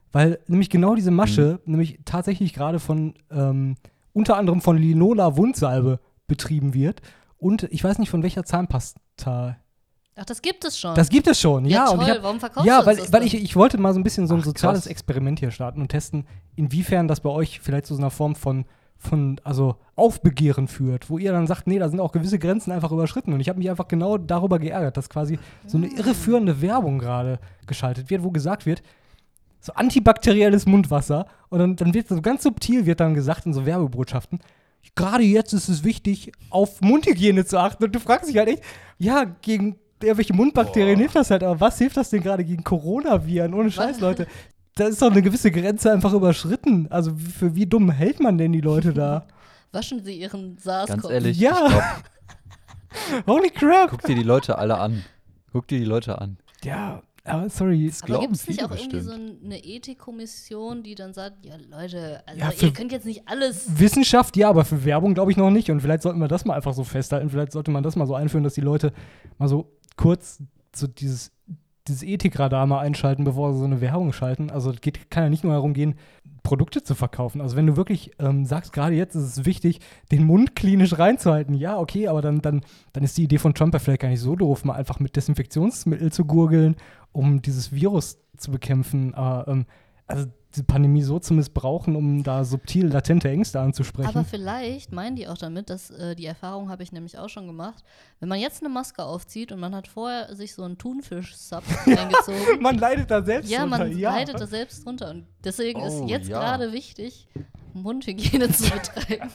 Weil nämlich genau diese Masche, nämlich tatsächlich gerade von, unter anderem von Linola Wundsalbe betrieben wird. Und ich weiß nicht, von welcher Zahnpasta. Ach, das gibt es schon. Das gibt es schon, ja. toll, Und ich hab, warum verkaufst ja, du uns das weil dann? ich wollte mal so ein bisschen so ein Ach, soziales krass. Experiment hier starten und testen, inwiefern das bei euch vielleicht zu so einer Form von also Aufbegehren führt, wo ihr dann sagt, nee, da sind auch gewisse Grenzen einfach überschritten. Und ich habe mich einfach genau darüber geärgert, dass quasi so eine irreführende Werbung gerade geschaltet wird, wo gesagt wird, so antibakterielles Mundwasser. Und dann wird so ganz subtil wird dann gesagt in so Werbebotschaften, gerade jetzt ist es wichtig, auf Mundhygiene zu achten. Und du fragst dich halt echt, ja, gegen irgendwelche Mundbakterien hilft das halt, aber was hilft das denn gerade gegen Coronaviren? Ohne Scheiß, Leute. Da ist doch eine gewisse Grenze einfach überschritten. Also für wie dumm hält man denn die Leute da? Waschen Sie Ihren SARS-CoV. Ganz ehrlich, Ja. ich glaub, Holy crap. guck dir die Leute alle an. Guck dir die Leute an. Ja, aber sorry. Das Aber glauben gibt es nicht viele auch irgendwie so bestimmt. eine Ethikkommission, die dann sagt, ja Leute, also Ja, ihr könnt jetzt nicht alles. Wissenschaft, ja, aber für Werbung glaube ich noch nicht. Und vielleicht sollten wir das mal einfach so festhalten. Vielleicht sollte man das mal so einführen, dass die Leute mal so kurz so dieses Ethikradar mal einschalten, bevor sie so eine Werbung schalten. Also kann ja nicht nur darum gehen, Produkte zu verkaufen. Also wenn du wirklich sagst, gerade jetzt ist es wichtig, den Mund klinisch reinzuhalten, ja, okay, aber dann ist die Idee von Trump ja vielleicht gar nicht so doof, mal einfach mit Desinfektionsmittel zu gurgeln, um dieses Virus zu bekämpfen. Aber also die Pandemie so zu missbrauchen, um da subtil latente Ängste anzusprechen. Aber vielleicht meinen die auch damit, dass die Erfahrung habe ich nämlich auch schon gemacht, wenn man jetzt eine Maske aufzieht und man hat vorher sich so einen Thunfisch-Sub eingezogen. man leidet da selbst Ja, drunter, man leidet da selbst drunter. Und deswegen ist Oh, jetzt ja. gerade wichtig, Mundhygiene zu betreiben.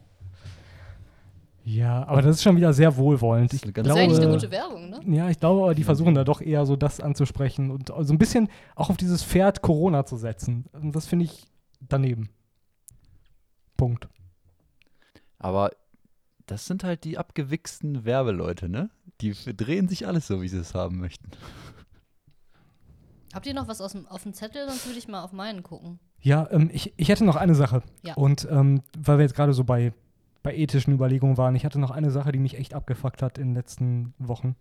Ja, aber das ist schon wieder sehr wohlwollend. Das ist Ich eine ganz Das ist eigentlich eine glaube, gute Werbung, ne? ja, ich glaube, aber die versuchen da doch eher so das anzusprechen und so ein bisschen auch auf dieses Pferd Corona zu setzen. Und das finde ich daneben. Punkt. Aber das sind halt die abgewichsten Werbeleute, ne? Die drehen sich alles so, wie sie es haben möchten. Habt ihr noch was auf dem Zettel? Sonst würde ich mal auf meinen gucken. Ja, ich hätte noch eine Sache. Ja. Und weil wir jetzt gerade so bei ethischen Überlegungen waren, ich hatte noch eine Sache, die mich echt abgefuckt hat in den letzten Wochen.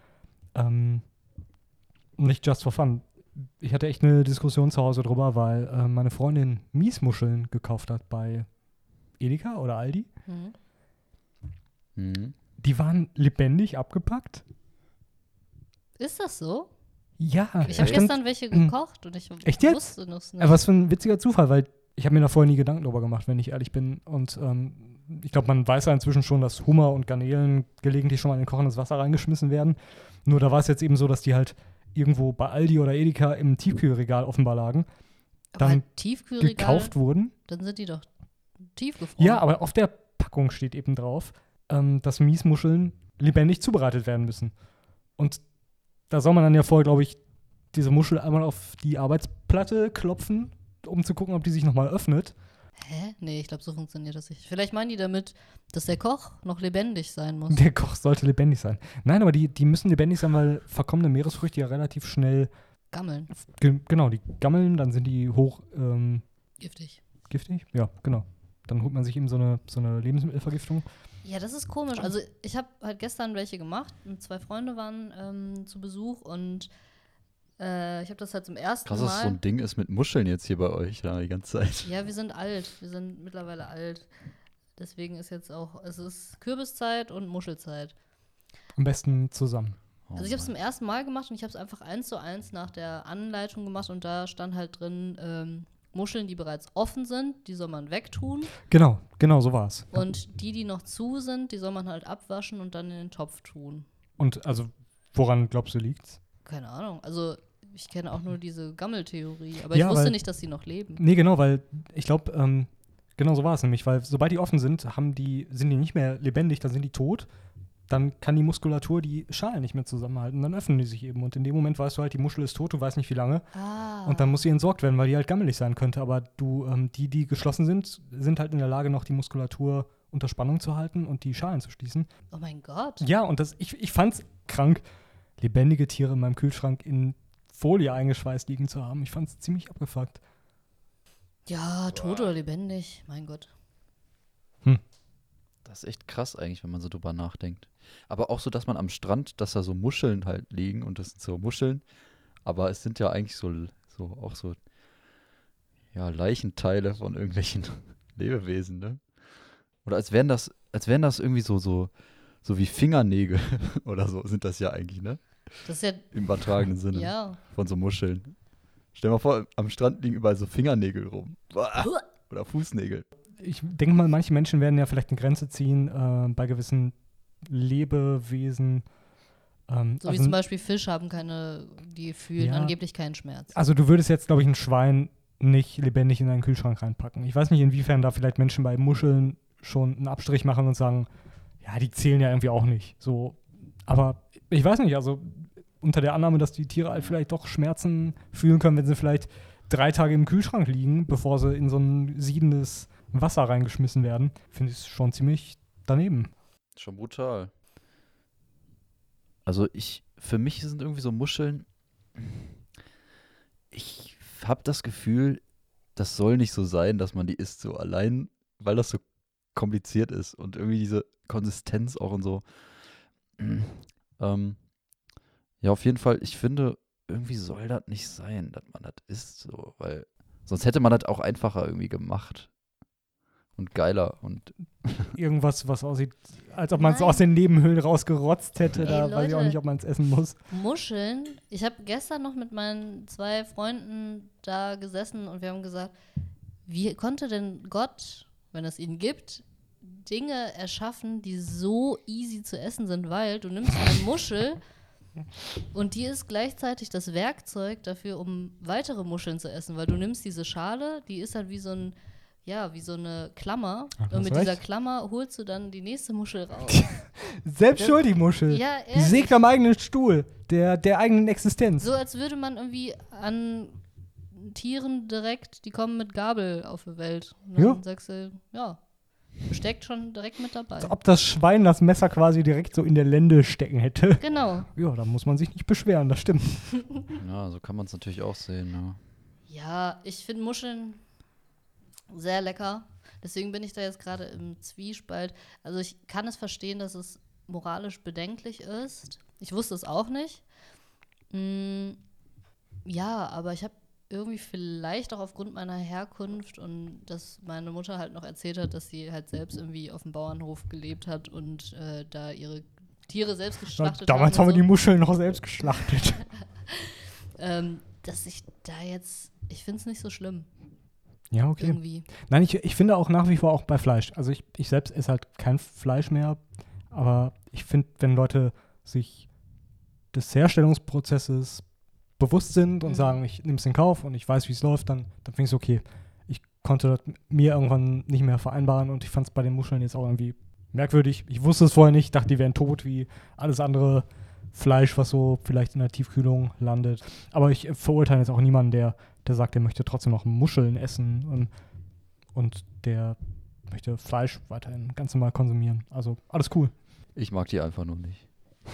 Nicht just for fun. Ich hatte echt eine Diskussion zu Hause drüber, weil meine Freundin Miesmuscheln gekauft hat bei Edeka oder Aldi. Mhm. Mhm. Die waren lebendig abgepackt. Ist das so? Ja, Ich habe stimmt. gestern welche gekocht und ich Echt jetzt? wusste das nicht. Aber was für ein witziger Zufall, weil ich habe mir da vorher nie Gedanken drüber gemacht, wenn ich ehrlich bin. Und ich glaube, man weiß ja inzwischen schon, dass Hummer und Garnelen gelegentlich schon mal in kochendes Wasser reingeschmissen werden. Nur da war es jetzt eben so, dass die halt irgendwo bei Aldi oder Edeka im Tiefkühlregal offenbar lagen, Aber dann halt Tiefkühlregal, gekauft wurden. dann sind die doch tiefgefroren. Ja, aber auf der Packung steht eben drauf, dass Miesmuscheln lebendig zubereitet werden müssen. Und da soll man dann ja vorher, glaube ich, diese Muschel einmal auf die Arbeitsplatte klopfen, um zu gucken, ob die sich nochmal öffnet. Hä? Nee, ich glaube, so funktioniert das nicht. Vielleicht meinen die damit, dass der Koch noch lebendig sein muss. Der Koch sollte lebendig sein. Nein, aber die müssen lebendig sein, weil verkommene Meeresfrüchte ja relativ schnell, Gammeln. genau, die gammeln, dann sind die hoch Giftig. giftig. Ja, genau. Dann holt man sich eben so eine Lebensmittelvergiftung. Ja, das ist komisch. Also ich habe halt gestern welche gemacht und 2 Freunde waren zu Besuch und ich habe das halt zum ersten Krass, dass so Mal. ein Ding ist mit Muscheln jetzt hier bei euch da die ganze Zeit. Ja, wir sind alt. Wir sind mittlerweile alt. Deswegen ist jetzt auch, es ist Kürbiszeit und Muschelzeit. Am besten zusammen. Oh Also ich habe es Mann. zum ersten Mal gemacht und ich habe es einfach 1:1 nach der Anleitung gemacht und da stand halt drin, Muscheln, die bereits offen sind, die soll man wegtun Genau, so war es. und die noch zu sind, die soll man halt abwaschen und dann in den Topf tun. Und also, woran glaubst du, liegt's? Keine Ahnung. Also ich kenne auch nur diese Gammeltheorie, aber Ja, ich wusste weil- nicht, dass sie noch leben. Nee, genau, weil ich glaube, genau so war es nämlich, weil sobald die offen sind, sind die nicht mehr lebendig, dann sind die tot. Dann kann die Muskulatur die Schalen nicht mehr zusammenhalten, dann öffnen die sich eben. Und in dem Moment weißt du halt, die Muschel ist tot, du weißt nicht wie lange. Ah. Und dann muss sie entsorgt werden, weil die halt gammelig sein könnte. Aber die geschlossen sind halt in der Lage, noch die Muskulatur unter Spannung zu halten und die Schalen zu schließen. Oh mein Gott. Ja, und ich fand's krank, lebendige Tiere in meinem Kühlschrank in Folie eingeschweißt liegen zu haben. Ich fand's ziemlich abgefuckt. Ja, tot oder lebendig. Mein Gott. Das ist echt krass eigentlich, wenn man so drüber nachdenkt. Aber auch so, dass man am Strand, dass da so Muscheln halt liegen und das sind so Muscheln. Aber es sind ja eigentlich so auch so ja, Leichenteile von irgendwelchen Lebewesen, ne? Oder als wären das irgendwie so wie Fingernägel oder so sind das ja eigentlich, ne? Das ist ja, Im übertragenen Sinne ja. von so Muscheln. Stell dir mal vor, am Strand liegen überall so Fingernägel rum. Boah. Oder Fußnägel. Ich denke mal, manche Menschen werden ja vielleicht eine Grenze ziehen bei gewissen Lebewesen. So wie zum Beispiel Fisch haben die fühlen Ja. angeblich keinen Schmerz. Also du würdest jetzt, glaube ich, ein Schwein nicht lebendig in einen Kühlschrank reinpacken. Ich weiß nicht, inwiefern da vielleicht Menschen bei Muscheln schon einen Abstrich machen und sagen, ja, die zählen ja irgendwie auch nicht. So, aber ich weiß nicht, also unter der Annahme, dass die Tiere halt vielleicht doch Schmerzen fühlen können, wenn sie vielleicht 3 Tage im Kühlschrank liegen, bevor sie in so ein siedendes Wasser reingeschmissen werden, finde ich es schon ziemlich daneben. Schon brutal. Also für mich sind irgendwie so Muscheln, ich habe das Gefühl, das soll nicht so sein, dass man die isst, so allein, weil das so kompliziert ist und irgendwie diese Konsistenz auch und so. Ja, auf jeden Fall, ich finde, irgendwie soll das nicht sein, dass man das isst, so, weil sonst hätte man das auch einfacher irgendwie gemacht und geiler und Irgendwas, was aussieht, als ob man es Nein. aus den Nebenhöhlen rausgerotzt hätte. Ey, Da weiß ich auch Leute. nicht, ob man es essen muss. Muscheln, ich habe gestern noch mit meinen 2 Freunden da gesessen und wir haben gesagt, wie konnte denn Gott, wenn es ihn gibt, Dinge erschaffen, die so easy zu essen sind, weil du nimmst eine Muschel und die ist gleichzeitig das Werkzeug dafür, um weitere Muscheln zu essen, weil du nimmst diese Schale, die ist halt wie so eine Klammer Ach, du und hast mit dieser recht. Klammer holst du dann die nächste Muschel raus. Selbst schuld, die Muschel. Ja, Die ehrlich. sägt am eigenen Stuhl, der eigenen Existenz. So als würde man irgendwie an Tieren direkt, die kommen mit Gabel auf die Welt. Und dann Ja. sagst du, ja, steckt schon direkt mit dabei. Als ob das Schwein das Messer quasi direkt so in der Lende stecken hätte. Genau. Ja, da muss man sich nicht beschweren, das stimmt. ja, so kann man es natürlich auch sehen, ne? Ja, ich finde Muscheln sehr lecker. Deswegen bin ich da jetzt gerade im Zwiespalt. Also ich kann es verstehen, dass es moralisch bedenklich ist. Ich wusste es auch nicht. Ja, aber ich habe irgendwie vielleicht auch aufgrund meiner Herkunft und dass meine Mutter halt noch erzählt hat, dass sie halt selbst irgendwie auf dem Bauernhof gelebt hat und da ihre Tiere selbst Ja, geschlachtet damals haben wir und die Muscheln noch selbst geschlachtet. dass ich da jetzt, ich finde es nicht so schlimm Ja, okay. irgendwie. Nein, ich finde auch nach wie vor auch bei Fleisch. Also ich selbst esse halt kein Fleisch mehr, aber ich finde, wenn Leute sich des Herstellungsprozesses bewusst sind und Mhm. sagen, ich nehme es in Kauf und ich weiß, wie es läuft, dann finde ich es okay. Ich konnte das mir irgendwann nicht mehr vereinbaren und ich fand es bei den Muscheln jetzt auch irgendwie merkwürdig. Ich wusste es vorher nicht, dachte, die wären tot wie alles andere Fleisch, was so vielleicht in der Tiefkühlung landet. Aber ich verurteile jetzt auch niemanden, der sagt, er möchte trotzdem noch Muscheln essen und der möchte Fleisch weiterhin ganz normal konsumieren. Also alles cool. Ich mag die einfach nur nicht.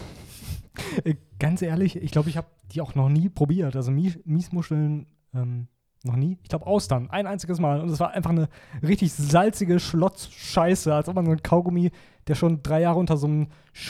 Ganz ehrlich, ich glaube, ich habe die auch noch nie probiert. Also Miesmuscheln noch nie. Ich glaube Austern, ein einziges Mal. Und es war einfach eine richtig salzige Schlotzscheiße, als ob man so ein Kaugummi, der schon 3 Jahre unter so einem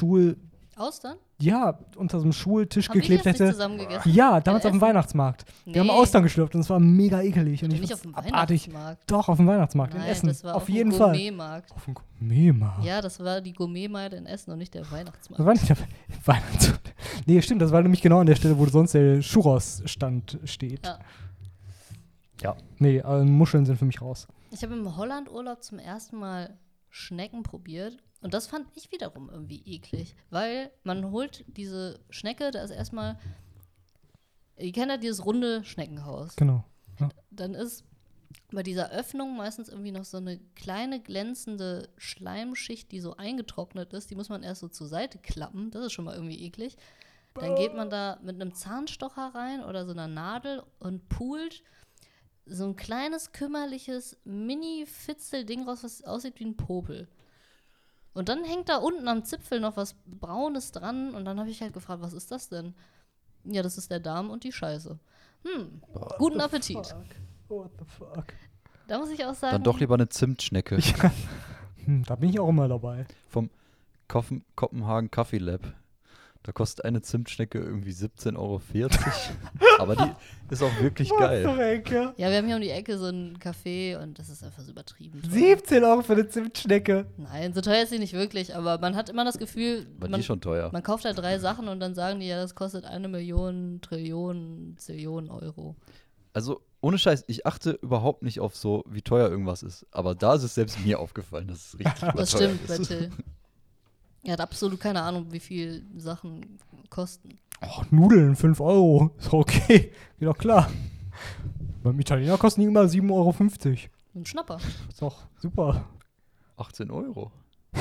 unter so einem Schultisch Haben wir geklebt jetzt nicht hätte. zusammen gegessen? Ja, damals auf dem Essen? Weihnachtsmarkt. Nee. Wir haben Austern geschlürft und es war mega ekelig. Und ich Nicht auf fand's dem abartig. Weihnachtsmarkt. Doch, auf dem Weihnachtsmarkt in Nein, Essen. das war auf auf dem jeden Fall. Gourmetmarkt. Auf dem Gourmetmarkt. Ja, das war die Gourmetmeile in Essen und nicht der Das Weihnachtsmarkt. war nicht der Weihnachtsmarkt. Nee, stimmt, das war nämlich genau an der Stelle, wo sonst der Churros-Stand steht. Ja. Ja. Nee, Muscheln sind für mich raus. Ich habe im Holland-Urlaub zum ersten Mal Schnecken probiert und das fand ich wiederum irgendwie eklig, weil man holt diese Schnecke, da ist erstmal, ihr kennt ja dieses runde Schneckenhaus. Genau. Dann ist bei dieser Öffnung meistens irgendwie noch so eine kleine glänzende Schleimschicht, die so eingetrocknet ist. Die muss man erst so zur Seite klappen. Das ist schon mal irgendwie eklig. Dann geht man da mit einem Zahnstocher rein oder so einer Nadel und pult so ein kleines, kümmerliches Mini-Fitzel-Ding raus, was aussieht wie ein Popel. Und dann hängt da unten am Zipfel noch was Braunes dran. Und dann habe ich halt gefragt, was ist das denn? Ja, das ist der Darm und die Scheiße. Guten Appetit. What the fuck? Da muss ich auch sagen, Dann doch lieber eine Zimtschnecke Da bin ich auch immer dabei. vom Kopenhagen Coffee Lab. Da kostet eine Zimtschnecke irgendwie 17,40 Euro. Aber die ist auch wirklich geil. Ja, wir haben hier um die Ecke so ein Café und das ist einfach so übertrieben teuer. 17 Euro für eine Zimtschnecke. Nein, so teuer ist sie nicht wirklich, aber man hat immer das Gefühl, War die schon teuer? man kauft da 3 Sachen und dann sagen die ja, das kostet 1 Million, Trillionen, Zillionen Euro. Also, ohne Scheiß, ich achte überhaupt nicht auf so, wie teuer irgendwas ist. Aber da ist es selbst mir aufgefallen, dass es richtig überteuert Das stimmt bei ist. Till. Er hat absolut keine Ahnung, wie viel Sachen kosten. Oh, Nudeln, 5 Euro. Ist okay. Geht doch klar. Beim Italiener kosten die immer 7,50 Euro. Ein Schnapper. Ist doch super. 18 Euro.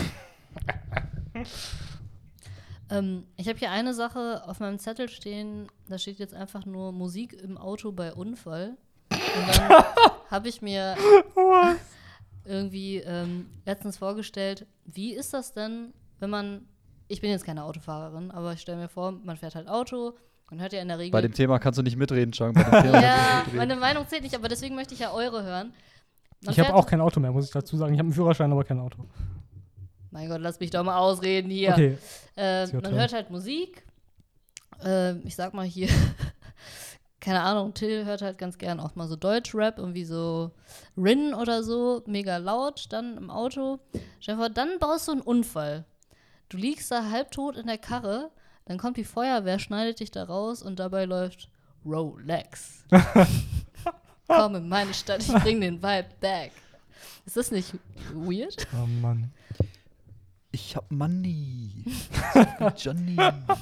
Ich habe hier eine Sache auf meinem Zettel stehen, da steht jetzt einfach nur Musik im Auto bei Unfall. Und dann habe ich mir irgendwie letztens vorgestellt, wie ist das denn, wenn man, ich bin jetzt keine Autofahrerin, aber ich stelle mir vor, man fährt halt Auto und hört ja in der Regel. Bei dem Thema kannst du nicht mitreden, Chang. Bei dem Thema kannst du ja, nicht mitreden. meine Meinung zählt nicht, aber deswegen möchte ich ja eure hören. Man Ich habe fährt- auch kein Auto mehr, muss ich dazu sagen. Ich habe einen Führerschein, aber kein Auto. Mein Gott, lass mich doch mal ausreden hier. Okay. Man hört halt Musik. Ich sag mal hier, keine Ahnung, Till hört halt ganz gern auch mal so Deutschrap, irgendwie so Rin oder so, mega laut dann im Auto. Stell dir vor, dann baust du einen Unfall. Du liegst da halbtot in der Karre, dann kommt die Feuerwehr, schneidet dich da raus und dabei läuft Rolex. Komm in meine Stadt, ich bring den Vibe back. Ist das nicht weird? Oh Mann. Ich hab Money. So wie Johnny.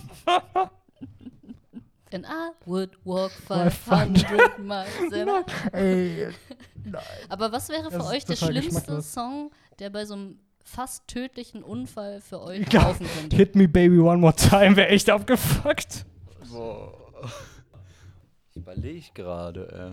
And I would walk 500 miles an hour. Ey. Nein. Aber was wäre für Das ist euch der total schlimmste geschmacklos. Song, der bei so einem fast tödlichen Unfall für euch Ich glaub, laufen könnte? Hit me baby one more time wäre echt abgefuckt. Boah. Ich überlege gerade,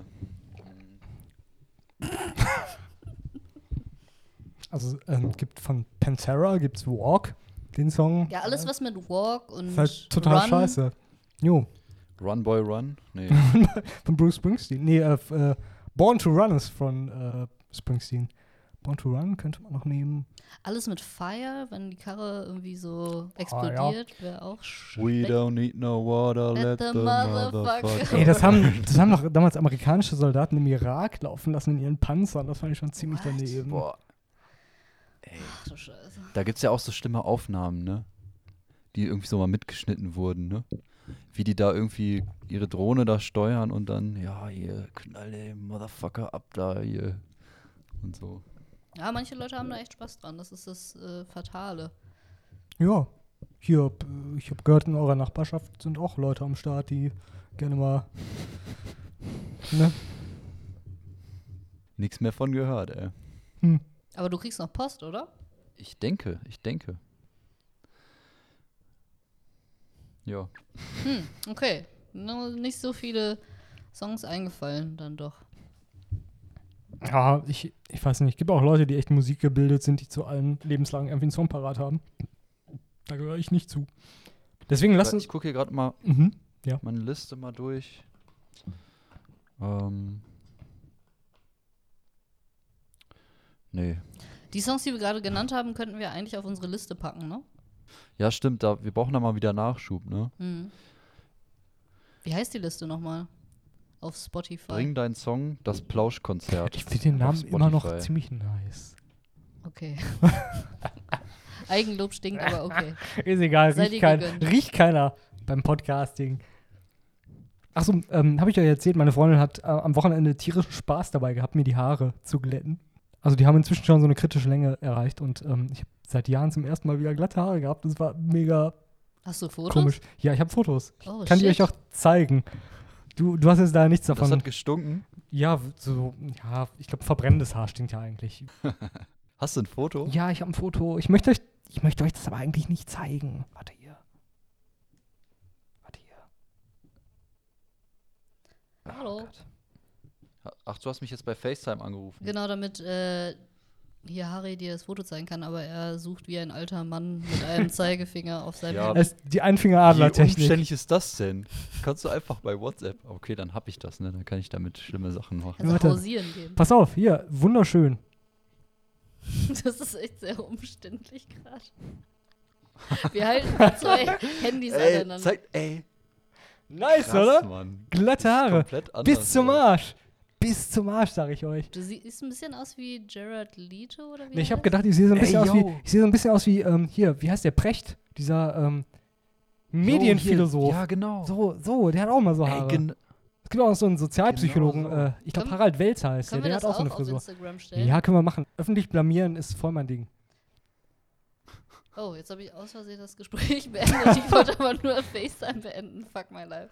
Also gibt von Pantera gibt's Walk, den Song. Ja, alles was mit Walk und Ist halt total Run. scheiße. Jo, Run Boy Run? Nee. von Bruce Springsteen. Nee, Born to Run ist von Springsteen. Born to Run könnte man noch nehmen. Alles mit Fire, wenn die Karre irgendwie so ja. explodiert, wäre auch We schlecht. don't need no water, let the motherfucker. Ey, das haben doch damals amerikanische Soldaten im Irak laufen lassen in ihren Panzern. Das fand ich schon ziemlich daneben. Boah. Ey, Ach du Scheiße. da gibt's ja auch so schlimme Aufnahmen, ne? Die irgendwie so mal mitgeschnitten wurden, ne? Wie die da irgendwie ihre Drohne da steuern und dann, ja, hier, knall den Motherfucker ab da, hier. Und so. Ja, manche Leute haben da echt Spaß dran. Das ist das Fatale. Ja, hier, ich habe gehört, in eurer Nachbarschaft sind auch Leute am Start, die gerne mal. Ne? Nichts mehr von gehört, ey. Hm. Aber du kriegst noch Post, oder? Ich denke. Ja. Okay. Nur nicht so viele Songs eingefallen, dann doch. Ja, ich weiß nicht. Es gibt auch Leute, die echt musikgebildet sind, die zu allen Lebenslagen irgendwie einen Song parat haben. Da gehöre ich nicht zu. Deswegen lass uns. Ich gucke hier gerade mal Ja. meine Liste mal durch. Nee. Die Songs, die wir gerade genannt haben, könnten wir eigentlich auf unsere Liste packen, ne? Ja, stimmt, wir brauchen da mal wieder Nachschub, ne? Mhm. Wie heißt die Liste nochmal? Auf Spotify. Bring deinen Song, das Plauschkonzert. Ich finde den auf Namen immer noch Spotify. ziemlich nice. Okay. Eigenlob stinkt, aber okay. Ist egal, Sei dir gegönnt. riecht keiner beim Podcasting. Achso, habe ich euch erzählt, meine Freundin hat am Wochenende tierischen Spaß dabei gehabt, mir die Haare zu glätten. Also die haben inzwischen schon so eine kritische Länge erreicht und ich habe seit Jahren zum ersten Mal wieder glatte Haare gehabt. Das war mega Hast du Fotos? komisch. Ja, ich habe Fotos. Oh, Kann die shit. euch auch zeigen. Du hast jetzt da nichts Das davon. hat gestunken. Ja, ich glaube, verbrennendes Haar stinkt ja eigentlich. Hast du ein Foto? Ja, ich habe ein Foto. Ich möchte euch das aber eigentlich nicht zeigen. Warte hier. Hallo. Gott. Ach, du hast mich jetzt bei FaceTime angerufen. Genau, damit hier Harry dir das Foto zeigen kann, aber er sucht wie ein alter Mann mit einem Zeigefinger auf seinem Ja, Handy. Das ist die Wie Einfinger-Adler-Technik. umständlich ist das denn? Kannst du einfach bei WhatsApp. Okay, dann hab ich das, ne? Dann kann ich damit schlimme Sachen machen. Also Warte. pausieren gehen. Pass auf, hier, wunderschön. Das ist echt sehr umständlich gerade. Wir halten gerade zwei Handys aneinander. Nice, krass, oder? Mann. Glatte Haare. Komplett anders, Bis zum Alter. Arsch. Bis zum Arsch, sag ich euch. Du siehst ein bisschen aus wie Jared Leto, oder wie Nee, ich er habe heißt? gedacht, ich sehe so ein bisschen Ey, aus wie, yo. ich sehe so ein bisschen aus wie, hier, wie heißt der, Precht? Dieser, Medienphilosoph. Ja, genau. So, der hat auch mal so Haare. Es gibt auch noch so einen Sozialpsychologen, Genau so. ich glaube Können- Harald Welz heißt Können der wir hat das auch so eine auf Frisur. Instagram stellen? Ja, können wir machen. Öffentlich blamieren ist voll mein Ding. Oh, jetzt habe ich aus Versehen das Gespräch beendet. Ich wollte aber nur FaceTime beenden. Fuck my life.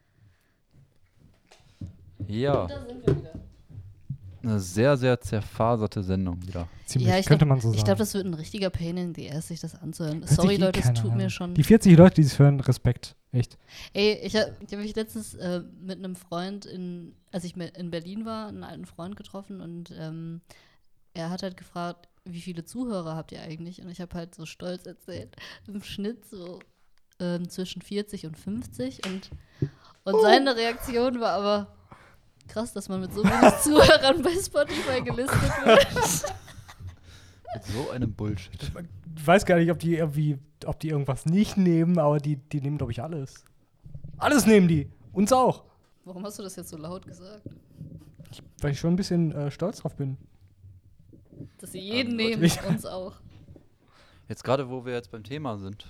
Ja, Da sind wir wieder. eine sehr, sehr zerfaserte Sendung wieder. Ziemlich, Ja, ich könnte glaub- man so sagen. Ich glaube, das wird ein richtiger Pain in the ass, sich das anzuhören. Hört sich Sorry, eh Leute, es keiner tut an. mir schon. Die 40 Leute, die es hören, Respekt. Echt. Ey, ich hab mich letztens mit einem Freund, als ich in Berlin war, einen alten Freund getroffen und er hat halt gefragt, wie viele Zuhörer habt ihr eigentlich? Und ich habe halt so stolz erzählt, im Schnitt so zwischen 40 und 50 und seine Reaktion war aber krass, dass man mit so wenig Zuhörern bei Spotify gelistet wird. Mit so einem Bullshit. Ich weiß gar nicht, ob die irgendwas nicht nehmen, aber die nehmen, glaube ich, alles. Alles nehmen die. Uns auch. Warum hast du das jetzt so laut gesagt? Weil ich schon ein bisschen stolz drauf bin. Dass sie jeden Leute, nehmen, ich- uns auch. Jetzt gerade, wo wir jetzt beim Thema sind.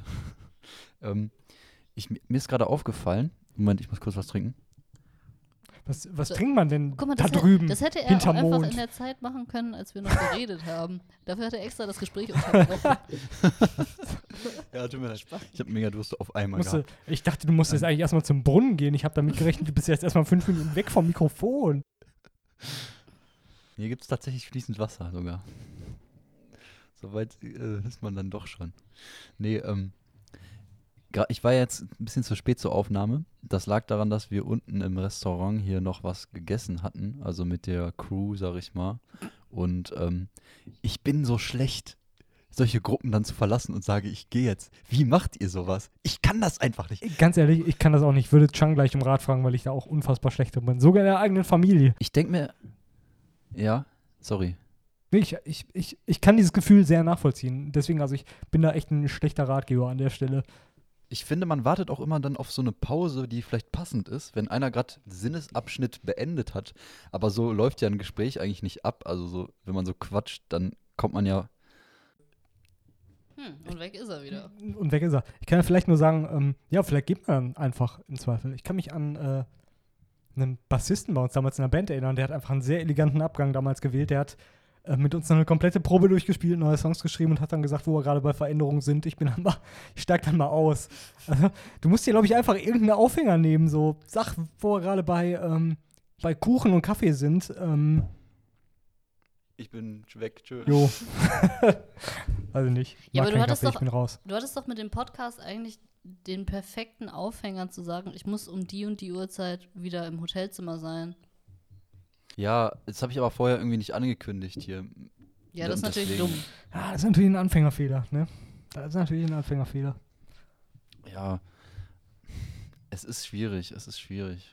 Mir ist gerade aufgefallen. Moment, ich muss kurz was trinken. Was So, trinkt man denn Guck mal, da das, drüben? das hätte er auch hinterm einfach Mond? in der Zeit machen können, als wir noch geredet haben. Dafür hat er extra das Gespräch unterbrochen. Ja, tut mir leid. Ich habe mega Durst auf einmal Ich dachte, du musstest eigentlich erstmal zum Brunnen gehen. Ich habe damit gerechnet, du bist jetzt erstmal 5 Minuten weg vom Mikrofon. Hier gibt es tatsächlich fließend Wasser sogar. Soweit ist man dann doch schon. Nee, ich war jetzt ein bisschen zu spät zur Aufnahme. Das lag daran, dass wir unten im Restaurant hier noch was gegessen hatten. Also mit der Crew, sag ich mal. Und ich bin so schlecht, solche Gruppen dann zu verlassen und sage, ich gehe jetzt. Wie macht ihr sowas? Ich kann das einfach nicht. Ganz ehrlich, ich kann das auch nicht. Ich würde Chang gleich um Rat fragen, weil ich da auch unfassbar schlecht drin bin. Sogar in der eigenen Familie. Ich denke mir, ja, sorry. Nee, ich kann dieses Gefühl sehr nachvollziehen. Deswegen, also ich bin da echt ein schlechter Ratgeber an der Stelle. Ich finde, man wartet auch immer dann auf so eine Pause, die vielleicht passend ist, wenn einer gerade Sinnesabschnitt beendet hat. Aber so läuft ja ein Gespräch eigentlich nicht ab. Also so, wenn man so quatscht, dann kommt man ja. Und weg ist er wieder. Und weg ist er. Ich kann ja vielleicht nur sagen, ja, vielleicht geht man einfach im Zweifel. Ich kann mich an einen Bassisten bei uns damals in der Band erinnern. Der hat einfach einen sehr eleganten Abgang damals gewählt. Der hat mit uns eine komplette Probe durchgespielt, neue Songs geschrieben und hat dann gesagt, wo wir gerade bei Veränderungen sind. Ich steig dann mal aus. Also, du musst dir, glaube ich, einfach irgendeinen Aufhänger nehmen. So, sag, wo wir gerade bei Kuchen und Kaffee sind. Ich bin weg, tschö. Jo. Also nicht. Ja, Mag aber du keinen hattest Kaffee, doch- ich bin raus. Du hattest doch mit dem Podcast eigentlich den perfekten Aufhänger zu sagen, ich muss um die und die Uhrzeit wieder im Hotelzimmer sein. Ja, das habe ich aber vorher irgendwie nicht angekündigt hier. Ja, das ist natürlich Deswegen- dumm. Ja, das ist natürlich ein Anfängerfehler, ne? Das ist natürlich ein Anfängerfehler. Ja, es ist schwierig, es ist schwierig.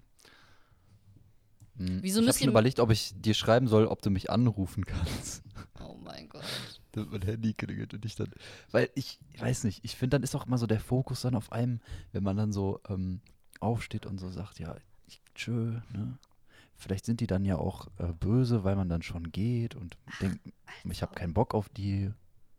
Wieso ich habe müsst schon ihr- überlegt, ob ich dir schreiben soll, ob du mich anrufen kannst. Oh mein Gott. Da wird mein Handy klingelt und ich dann. Weil ich weiß nicht, ich finde, dann ist auch immer so der Fokus dann auf einem, wenn man dann so aufsteht und so sagt, ja, tschö, ne? Vielleicht sind die dann ja auch böse, weil man dann schon geht und denkt, ich habe keinen Bock auf die.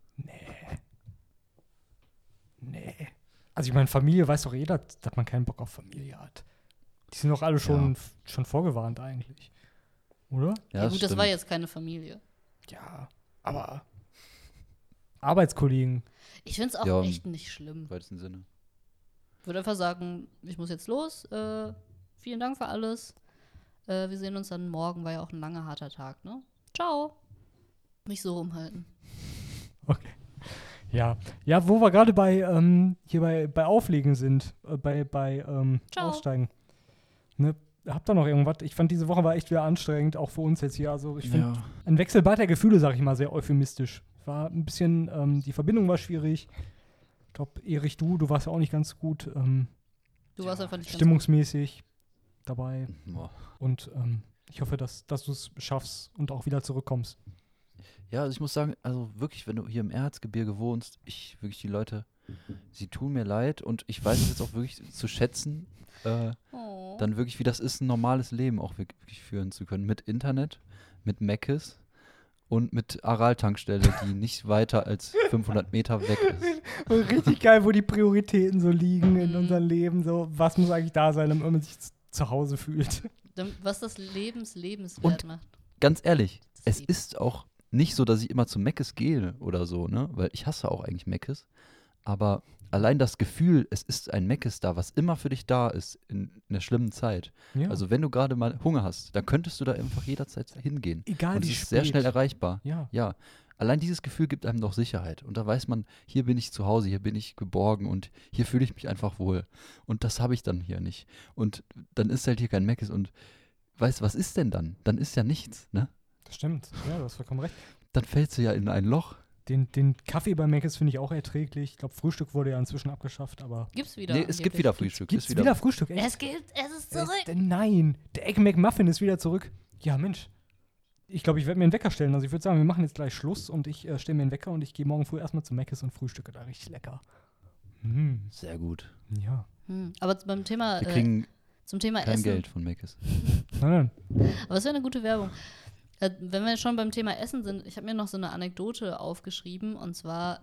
Nee. Also ich meine, Familie weiß doch jeder, dass man keinen Bock auf Familie hat. Die sind doch alle schon vorgewarnt eigentlich. Oder? Ja, gut, das stimmt. war jetzt keine Familie. Ja, aber Arbeitskollegen. Ich finde es auch Ja, echt nicht schlimm. Im weitesten Sinne. Ich würde einfach sagen, ich muss jetzt los. Vielen Dank für alles. Wir sehen uns dann morgen, war ja auch ein langer, harter Tag, ne? Ciao. Mich so rumhalten. Okay. Ja, wo wir gerade bei Auflegen sind, bei Ciao. Aussteigen. Ne? Habt ihr noch irgendwas? Ich fand, diese Woche war echt wieder anstrengend, auch für uns jetzt hier. Also ich finde, ein Wechselbad der Gefühle, sag ich mal, sehr euphemistisch. War ein bisschen, die Verbindung war schwierig. Ich glaube, Erich, du warst ja auch nicht ganz gut Du warst einfach nicht stimmungsmäßig dabei. Boah. Und ich hoffe, dass du es schaffst und auch wieder zurückkommst. Ja, also ich muss sagen, also wirklich, wenn du hier im Erzgebirge wohnst, wirklich die Leute, sie tun mir leid und ich weiß es jetzt auch wirklich zu schätzen, Oh. dann wirklich, wie das ist, ein normales Leben auch wirklich führen zu können. Mit Internet, mit Meckes und mit Aral-Tankstelle, die nicht weiter als 500 Meter weg ist. Richtig geil, wo die Prioritäten so liegen in Mhm. unserem Leben. So, was muss eigentlich da sein, damit man sich zu Hause fühlt? Was das lebenswert Und- macht. Ganz ehrlich, Das es Leben. ist auch nicht so, dass ich immer zu Meckes gehe oder so, ne? Weil ich hasse auch eigentlich Meckes. Aber allein das Gefühl, es ist ein Meckes da, was immer für dich da ist in einer schlimmen Zeit. Ja. Also wenn du gerade mal Hunger hast, dann könntest du da einfach jederzeit hingehen. Egal Und wie es ist sehr spät. schnell erreichbar. Ja. Ja, allein dieses Gefühl gibt einem doch Sicherheit. Und da weiß man, hier bin ich zu Hause, hier bin ich geborgen und hier fühle ich mich einfach wohl. Und das habe ich dann hier nicht. Und dann ist halt hier kein Meckes und weißt du, was ist denn dann? Dann ist ja nichts, ne? Das stimmt. Ja, du hast vollkommen recht. Dann fällst du ja in ein Loch. Den Kaffee bei Mc's finde ich auch erträglich. Ich glaube, Frühstück wurde ja inzwischen abgeschafft, aber. Gibt's wieder. Nee, es gibt angeblich. wieder Frühstück. Gibt's Ist wieder Frühstück? Echt? Es ist zurück. Nein, der Egg McMuffin ist wieder zurück. Ja, Mensch. Ich glaube, ich werde mir einen Wecker stellen. Also ich würde sagen, wir machen jetzt gleich Schluss und ich stelle mir einen Wecker und ich gehe morgen früh erstmal zu Mc's und frühstücke da richtig lecker. Sehr gut. Ja. Aber beim Thema, Wir kriegen zum Thema kein Essen. Geld von Meckes. Nein. Aber es wäre eine gute Werbung. Wenn wir schon beim Thema Essen sind, ich habe mir noch so eine Anekdote aufgeschrieben. Und zwar,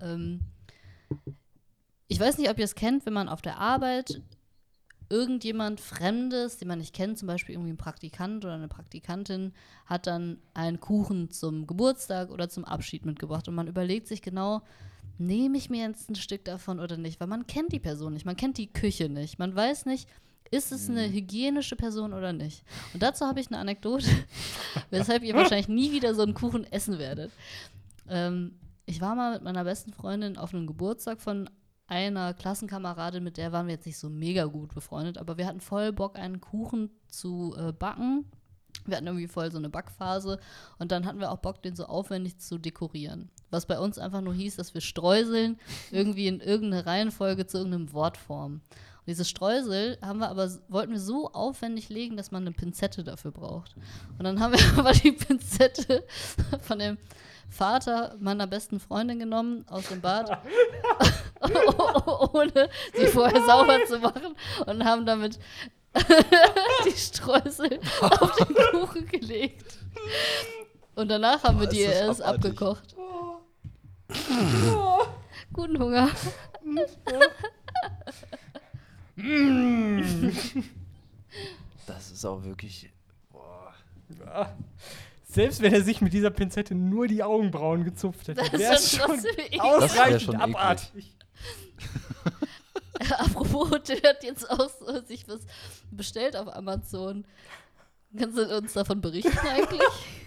ich weiß nicht, ob ihr es kennt, wenn man auf der Arbeit irgendjemand Fremdes, den man nicht kennt, zum Beispiel irgendwie ein Praktikant oder eine Praktikantin, hat dann einen Kuchen zum Geburtstag oder zum Abschied mitgebracht. Und man überlegt sich genau, nehme ich mir jetzt ein Stück davon oder nicht? Weil man kennt die Person nicht, man kennt die Küche nicht. Man weiß nicht, ist es eine hygienische Person oder nicht? Und dazu habe ich eine Anekdote, weshalb ihr wahrscheinlich nie wieder so einen Kuchen essen werdet. Ich war mal mit meiner besten Freundin auf einem Geburtstag von einer Klassenkameradin, mit der waren wir jetzt nicht so mega gut befreundet, aber wir hatten voll Bock, einen Kuchen zu backen. Wir hatten irgendwie voll so eine Backphase und dann hatten wir auch Bock, den so aufwendig zu dekorieren. Was bei uns einfach nur hieß, dass wir Streuseln irgendwie in irgendeine Reihenfolge zu irgendeinem Wort formen. Und dieses Streusel wollten wir so aufwendig legen, dass man eine Pinzette dafür braucht. Und dann haben wir aber die Pinzette von dem Vater meiner besten Freundin genommen aus dem Bad, ohne sie vorher sauber zu machen und haben damit die Streusel auf den Kuchen gelegt. Und danach haben wir die ist das erst abartig. abgekocht. Guten Hunger. Das ist auch wirklich. Boah. Selbst wenn er sich mit dieser Pinzette nur die Augenbrauen gezupft hätte, Das wäre ist es schon schon trotzdem eklig. Das wär ausreichend schon eklig. abartig. Apropos, der hat jetzt auch so sich was bestellt auf Amazon. Kannst du uns davon berichten eigentlich?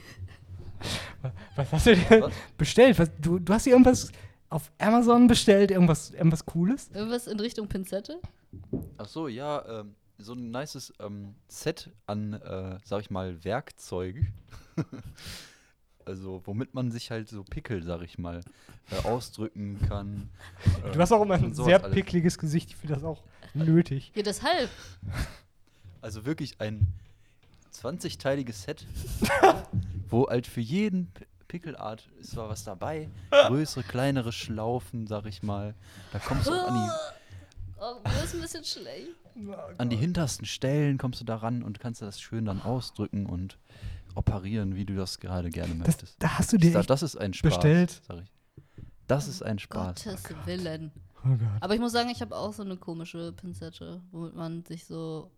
Was hast du denn Was? bestellt? Du hast dir irgendwas auf Amazon bestellt? Irgendwas Cooles? Irgendwas in Richtung Pinzette? Ach so, ja, so ein nices Set an, sag ich mal, Werkzeug. Also, womit man sich halt so Pickel, sag ich mal, ausdrücken kann. Du hast auch immer ein und sowas sehr alles. pickliges Gesicht. Ich finde das auch nötig. Ja, deshalb. Also wirklich ein 20-teiliges Set, wo halt für jeden Pickelart ist zwar was dabei. Größere, kleinere Schlaufen, sag ich mal. Da kommst du auch Oh, mir ist ein bisschen schlecht. an die hintersten Stellen, kommst du da ran und kannst das schön dann ausdrücken und operieren, wie du das gerade gerne möchtest. Da hast du Ich dir sag, echt... das ist ein Spaß, bestellt? sag ich. Das ist ein Spaß. Gottes Willen. Oh Gott. Aber ich muss sagen, ich habe auch so eine komische Pinzette, womit man sich so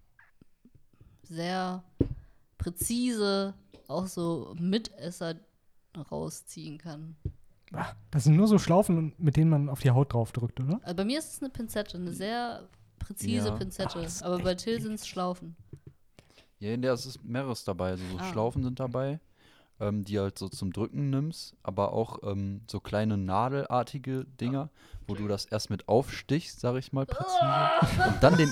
sehr präzise auch so Mitesser rausziehen kann. Ah, das sind nur so Schlaufen, mit denen man auf die Haut drauf drückt, oder? Also bei mir ist es eine Pinzette, eine sehr präzise Ja. Pinzette. Ach, das ist Aber bei echt Till sind es Schlaufen. Ja, in der ist mehreres dabei. Also so Ah. Schlaufen sind dabei, die halt so zum Drücken nimmst, aber auch so kleine nadelartige Dinger, wo du das erst mit aufstichst, sag ich mal, präzise, und dann den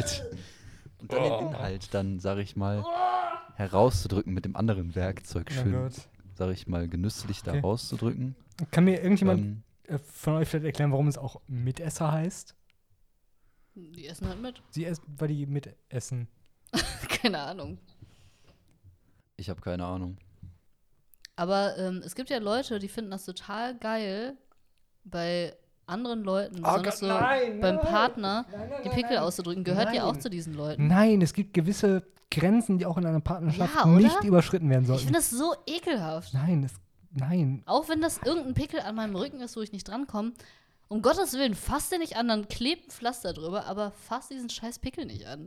Inhalt dann, sag ich mal, herauszudrücken mit dem anderen Werkzeug Oh schön, Gott. sag ich mal, genüsslich da Okay. rauszudrücken. Kann mir irgendjemand Ähm, von euch vielleicht erklären, warum es auch Mitesser heißt? Die essen halt mit. Weil die mitessen. Keine Ahnung. ich habe keine Ahnung. Aber es gibt ja Leute, die finden das total geil, bei anderen Leuten, besonders so beim Partner, die Pickel auszudrücken. Gehört ihr auch zu diesen Leuten? Nein, es gibt gewisse Grenzen, die auch in einer Partnerschaft Ja, oder? nicht überschritten werden Ich sollten. finde das so ekelhaft. Nein. Auch wenn das irgendein Pickel an meinem Rücken ist, wo ich nicht drankomme. Um Gottes Willen, fass den nicht an, dann klebt ein Pflaster drüber, aber fass diesen scheiß Pickel nicht an.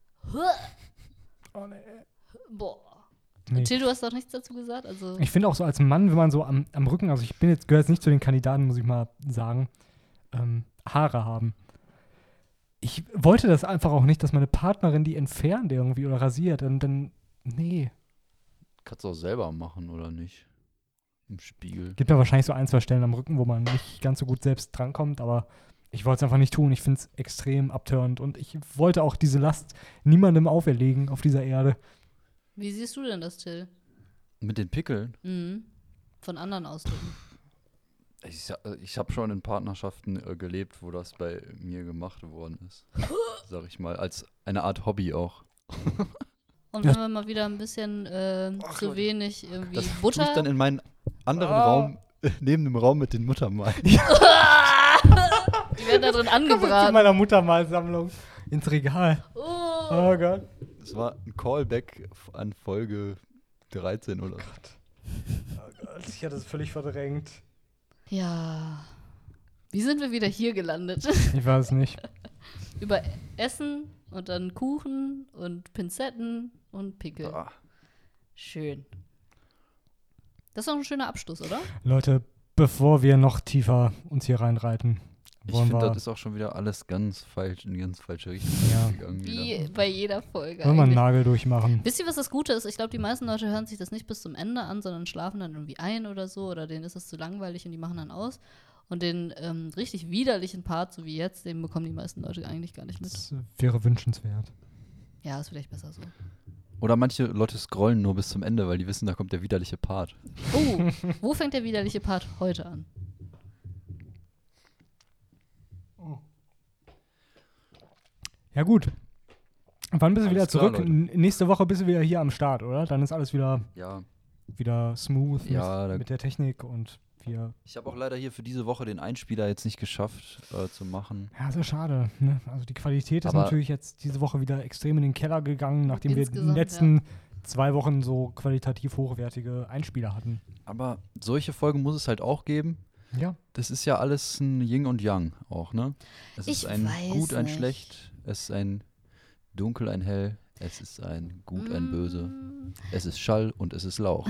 Oh, nee. Boah. Nee. Till, du hast doch nichts dazu gesagt? Also, Ich finde auch so als Mann, wenn man so am Rücken, also ich gehöre jetzt nicht zu den Kandidaten, muss ich mal sagen, Haare haben. Ich wollte das einfach auch nicht, dass meine Partnerin die entfernt irgendwie oder rasiert. Und dann, nee. Kannst du auch selber machen, oder nicht? Im Spiegel. Gibt ja wahrscheinlich so ein, zwei Stellen am Rücken, wo man nicht ganz so gut selbst drankommt, aber ich wollte es einfach nicht tun. Ich finde es extrem abtörend und ich wollte auch diese Last niemandem auferlegen auf dieser Erde. wie siehst du denn das, Till? Mit den Pickeln? Mhm. Von anderen ausdrücken. Ich habe schon in Partnerschaften gelebt, wo das bei mir gemacht worden ist. Sag ich mal, als eine Art Hobby auch. Und wenn wir mal wieder ein bisschen zu wenig irgendwie Das tue Butter. ich dann in meinen anderen Raum, neben dem Raum mit den Muttermalen. Die werden da drin Zu angebraten. meiner Muttermalsammlung ins Regal. Oh. Oh Gott. Das war ein Callback an Folge 13 oder so. Oh Gott, ich hatte es völlig verdrängt. Ja. Wie sind wir wieder hier gelandet? Ich weiß nicht. Über Essen und dann Kuchen und Pinzetten und Pickel. Ah, Schön. Das ist doch ein schöner Abschluss, oder? Leute, bevor wir noch tiefer uns hier reinreiten, ich wollen finde, wir, das ist auch schon wieder alles ganz falsch, in ganz falsche Richtung Ja. gegangen. Wie Wieder. bei jeder Folge. wollen wir einen eigentlich. Nagel durchmachen. Wisst ihr, was das Gute ist? Ich glaube, die meisten Leute hören sich das nicht bis zum Ende an, sondern schlafen dann irgendwie ein oder so. Oder denen ist es zu langweilig und die machen dann aus. Und den richtig widerlichen Part, so wie jetzt, den bekommen die meisten Leute eigentlich gar nicht mit. Das wäre wünschenswert. Ja, ist vielleicht besser so. Oder manche Leute scrollen nur bis zum Ende, weil die wissen, da kommt der widerliche Part. Oh, wo fängt der widerliche Part heute an? Ja gut. Wann bist du wieder Alles klar, zurück? Leute. Nächste Woche bist du wieder hier am Start, oder? Dann ist alles wieder Ja, smooth Ja, da- mit der Technik und wir. ich habe auch leider hier für diese Woche den Einspieler jetzt nicht geschafft zu machen. Ja, ist ja schade. Ne? Also die Qualität ist Aber- natürlich jetzt diese Woche wieder extrem in den Keller gegangen, nachdem wir in den Insgesamt, letzten 2 Wochen so qualitativ hochwertige Einspieler hatten. Aber solche Folgen muss es halt auch geben. Ja. Das ist ja alles ein Yin und Yang auch, ne? Es Ich ist ein weiß Gut, ein nicht. Schlecht, es ist ein Dunkel, ein Hell, es ist ein Gut, ein Böse, es ist Schall und es ist Lauch.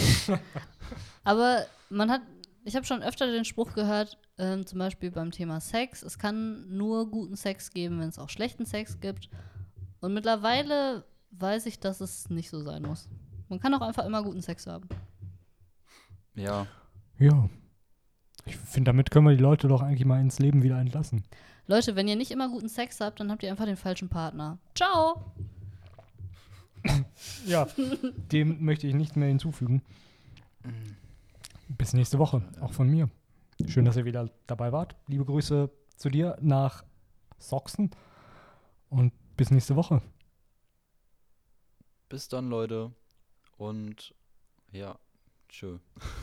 Aber ich habe schon öfter den Spruch gehört, zum Beispiel beim Thema Sex, es kann nur guten Sex geben, wenn es auch schlechten Sex gibt. Und mittlerweile weiß ich, dass es nicht so sein muss. Man kann auch einfach immer guten Sex haben. Ja, Ja. Ich finde, damit können wir die Leute doch eigentlich mal ins Leben wieder entlassen. Leute, wenn ihr nicht immer guten Sex habt, dann habt ihr einfach den falschen Partner. Ciao! Ja, dem möchte ich nichts mehr hinzufügen. Bis nächste Woche, auch von mir. Schön, dass ihr wieder dabei wart. Liebe Grüße zu dir nach Sachsen und bis nächste Woche. bis dann, Leute. Und ja, tschö.